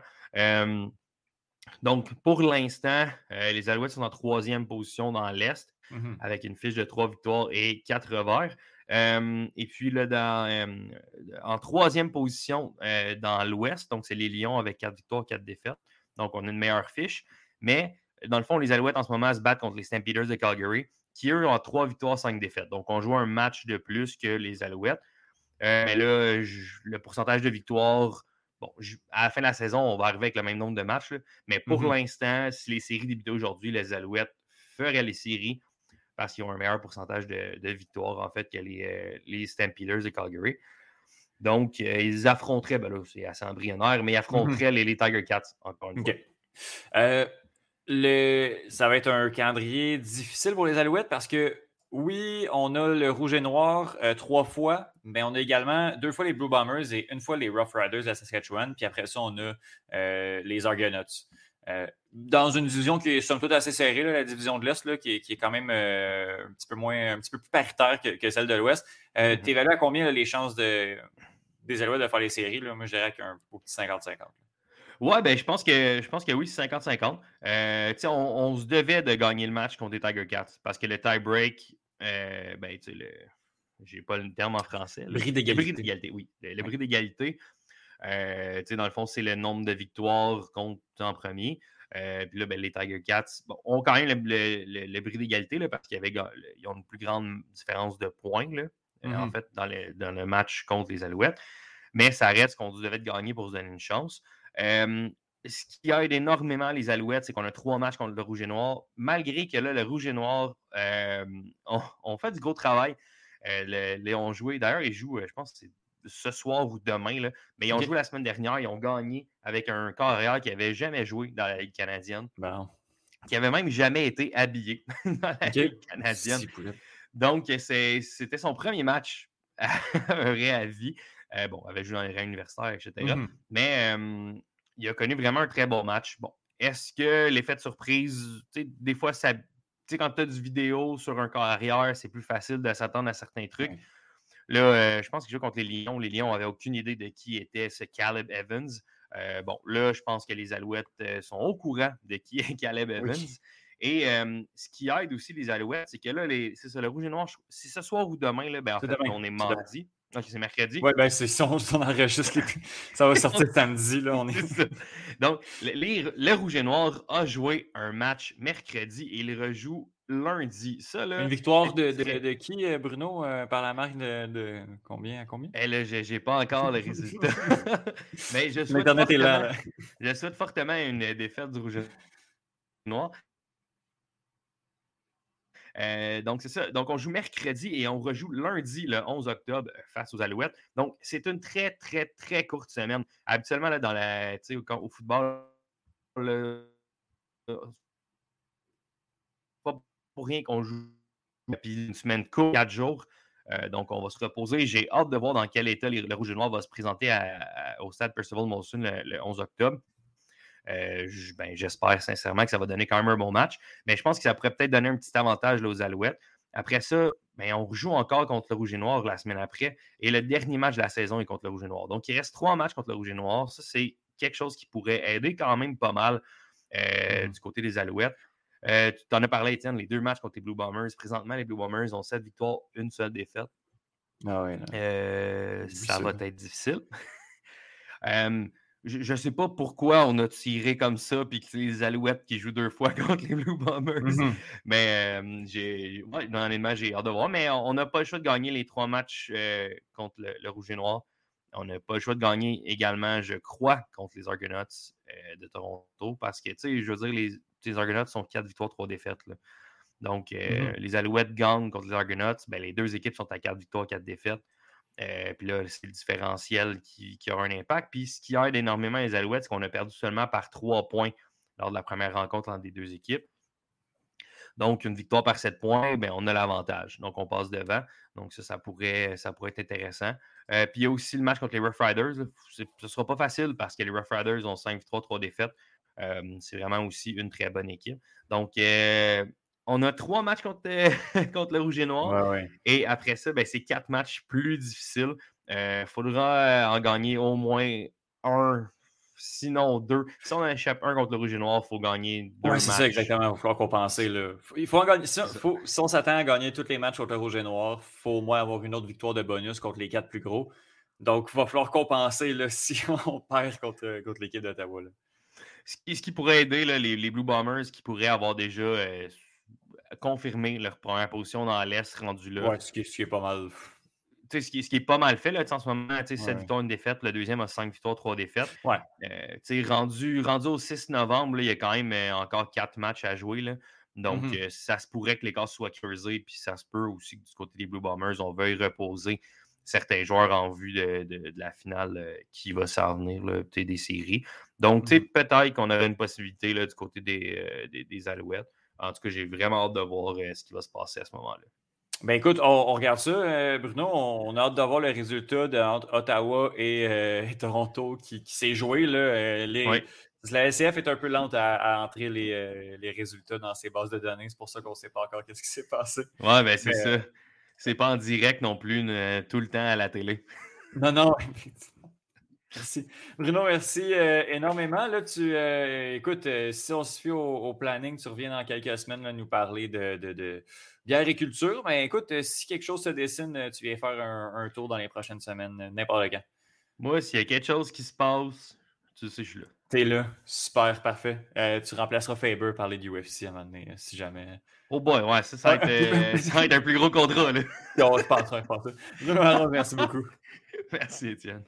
Donc, pour l'instant, les Alouettes sont en 3e position dans l'Est avec une fiche de 3 victoires et 4 revers. Et puis, là, en 3e position dans l'Ouest, donc c'est les Lions avec 4 victoires, 4 défaites. Donc, on a une meilleure fiche. Mais, dans le fond, les Alouettes, en ce moment, se battent contre les Stampeders de Calgary, qui, eux, ont 3 victoires, 5 défaites. Donc, on joue un match de plus que les Alouettes. Mais là, le pourcentage de victoires... Bon, à la fin de la saison, on va arriver avec le même nombre de matchs. Là. Mais pour l'instant, si les séries débutaient aujourd'hui, les Alouettes feraient les séries parce qu'ils ont un meilleur pourcentage de victoires, en fait, que les Stampeders de Calgary. Donc, ils affronteraient, là, c'est assez embryonnaire, mais ils affronteraient les Tiger Cats, encore une fois. Ça va être un calendrier difficile pour les Alouettes parce que oui, on a le rouge et noir 3 fois, mais on a également 2 fois les Blue Bombers et 1 fois les Rough Riders de la Saskatchewan. Puis après ça, on a les Argonauts. Dans une division qui est somme toute assez serrée, là, la division de l'Est, là, qui est quand même un petit peu plus paritaire que celle de l'Ouest. T'évalues à combien là, les chances des Alouettes de faire les séries? Là? Moi, je dirais qu'un petit 50-50. Ouais, ben je pense que oui, c'est 50-50. On se devait de gagner le match contre les Tiger Cats parce que le tie-break, j'ai pas le terme en français. Le bris d'égalité. Le bris d'égalité, oui. Le bris d'égalité. Dans le fond, c'est le nombre de victoires contre en premier. Puis là, les Tiger Cats ont quand même le bris d'égalité là, parce qu'ils ont une plus grande différence de points, là, en fait, dans le match contre les Alouettes. Mais ça reste qu'on devait de gagner pour se donner une chance. Ce qui aide énormément les Alouettes, c'est qu'on a 3 matchs contre le Rouge et Noir. Malgré que là, le Rouge et Noir ont fait du gros travail. Ils ont joué, d'ailleurs, ils jouent, je pense que c'est ce soir ou demain, là, mais ils ont joué la semaine dernière, ils ont gagné avec un corps arrière qui n'avait jamais joué dans la Ligue canadienne, qui n'avait même jamais été habillé dans la Ligue canadienne. Donc, c'était son premier match à un réavis. Il avait joué dans les rangs universitaires, etc. Mais il a connu vraiment un très bon match. Bon, est-ce que l'effet de surprise, des fois, ça, quand tu as du vidéo sur un corps arrière, c'est plus facile de s'attendre à certains trucs. Là, je pense qu'il joue contre les Lions. Les Lions n'avaient aucune idée de qui était ce Caleb Evans. Là, je pense que les Alouettes sont au courant de qui est Caleb Evans. Oui. Et ce qui aide aussi les Alouettes, c'est que là, c'est ça, le Rouge et Noir, c'est ce soir ou demain, là, en fait, demain. On est mardi. Ok, c'est mercredi. Oui, si on enregistre, ça va sortir samedi. Là, Donc, le Rouge et Noir a joué un match mercredi et il rejoue lundi. Ça, là, une victoire de qui, Bruno, par la marque de combien à combien? Là, j'ai pas encore le résultat. Mais je souhaite fortement une défaite du Rouge et Noir. Donc, c'est ça. Donc, on joue mercredi et on rejoue lundi, le 11 octobre, face aux Alouettes. Donc, c'est une très, très, très courte semaine. Habituellement, là, au football, pas pour rien qu'on joue puis une semaine courte, 4 jours. Donc, on va se reposer. J'ai hâte de voir dans quel état le Rouge et Noir va se présenter au stade Percival Molson le 11 octobre. J'espère sincèrement que ça va donner quand même un bon match. Mais je pense que ça pourrait peut-être donner un petit avantage là, aux Alouettes. Après ça, on rejoue encore contre le Rouge et Noir la semaine après. Et le dernier match de la saison est contre le Rouge et Noir. Donc, il reste 3 matchs contre le Rouge et Noir. Ça, c'est quelque chose qui pourrait aider quand même pas mal du côté des Alouettes. Tu t'en as parlé, Étienne, les 2 matchs contre les Blue Bombers. Présentement, les Blue Bombers ont 7 victoires, 1 seule défaite. Ah oui, ça va être difficile. Je ne sais pas pourquoi on a tiré comme ça puis que c'est les Alouettes qui jouent 2 fois contre les Blue Bombers. Mais honnêtement, j'ai hâte de voir. Mais on n'a pas le choix de gagner les 3 matchs contre le Rouge et Noir. On n'a pas le choix de gagner également, je crois, contre les Argonauts de Toronto. Parce que, je veux dire, les Argonauts sont 4 victoires, 3 défaites. Là. Donc, les Alouettes gagnent contre les Argonauts. Les 2 équipes sont à 4 victoires, 4 défaites. Puis là, c'est le différentiel qui aura un impact. Puis ce qui aide énormément les Alouettes, c'est qu'on a perdu seulement par 3 points lors de la première rencontre entre les 2 équipes. Donc, une victoire par 7 points, on a l'avantage. Donc, on passe devant. Donc, ça pourrait être intéressant. Puis, il y a aussi le match contre les Rough Riders. Ce ne sera pas facile parce que les Rough Riders ont 5 victoires, 3 défaites. C'est vraiment aussi une très bonne équipe. Donc, on a 3 matchs contre le Rouge et Noir. Ouais. Et après ça, c'est 4 matchs plus difficiles. Il faudra en gagner au moins 1, sinon 2. Si on en échappe 1 contre le Rouge et Noir, il faut gagner 2 matchs. C'est ça, exactement. Il va falloir compenser. Là. Il faut en gagner. Si on s'attend à gagner tous les matchs contre le Rouge et Noir, il faut au moins avoir une autre victoire de bonus contre les 4 plus gros. Donc, il va falloir compenser là, si on perd contre l'équipe d'Ottawa. Là. Ce qui pourrait aider là, les Blue Bombers qui pourraient avoir déjà confirmé leur première position dans l'Est rendu là. Ouais, ce qui est pas mal. Ce qui est pas mal fait là, en ce moment. 7 victoires, 1 défaite. Le deuxième a 5 victoires, 3 défaites. Ouais. Rendu au 6 novembre, là, il y a quand même encore 4 matchs à jouer. Là. Donc, ça se pourrait que l'écart soit creusé. Puis ça se peut aussi que du côté des Blue Bombers, on veuille reposer certains joueurs en vue de la finale qui va s'en venir, là, des séries. Donc, peut-être qu'on aurait une possibilité là, du côté des Alouettes. En tout cas, j'ai vraiment hâte de voir ce qui va se passer à ce moment-là. Ben écoute, on regarde ça, Bruno. On a hâte de voir le résultat entre Ottawa et Toronto qui s'est joué. Là. La SCF est un peu lente à entrer les résultats dans ses bases de données. C'est pour ça qu'on ne sait pas encore ce qui s'est passé. Ouais, ben c'est ça. C'est pas en direct non plus tout le temps à la télé. Non. Merci. Bruno, merci énormément. Là, écoute, si on se fie au planning, tu reviens dans quelques semaines là, nous parler de bière et culture. Mais écoute, si quelque chose se dessine, tu viens faire un tour dans les prochaines semaines, n'importe quand. Moi, s'il y a quelque chose qui se passe, tu sais, je suis là. T'es là. Super, parfait. Tu remplaceras Faber par les UFC à un moment donné, si jamais. Oh boy, ouais, ça va être un plus gros contrat. Là. Non, je pense. Bruno Marois, merci beaucoup. Merci, Étienne.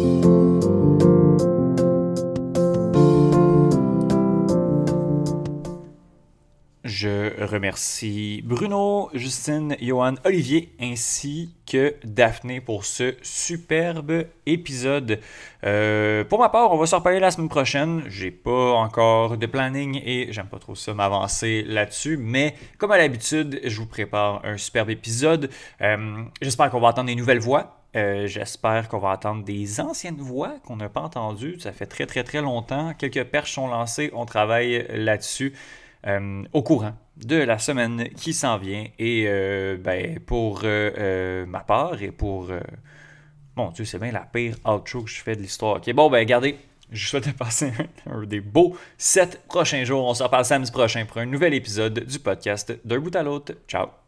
Je remercie Bruno, Justine, Johan, Olivier ainsi que Daphné pour ce superbe épisode. Pour ma part, on va se reparler la semaine prochaine. J'ai pas encore de planning et j'aime pas trop ça m'avancer là-dessus, mais comme à l'habitude, je vous prépare un superbe épisode. J'espère qu'on va entendre des nouvelles voix. J'espère qu'on va entendre des anciennes voix qu'on n'a pas entendues. Ça fait très très très longtemps. Quelques perches sont lancées, on travaille là-dessus. Au courant de la semaine qui s'en vient. Et pour ma part et pour... mon Dieu, c'est bien la pire outro que je fais de l'histoire. Ok, bon, regardez, je vous souhaite de passer un des beaux 7 prochains jours. On se reparle samedi prochain pour un nouvel épisode du podcast D'un bout à l'autre. Ciao!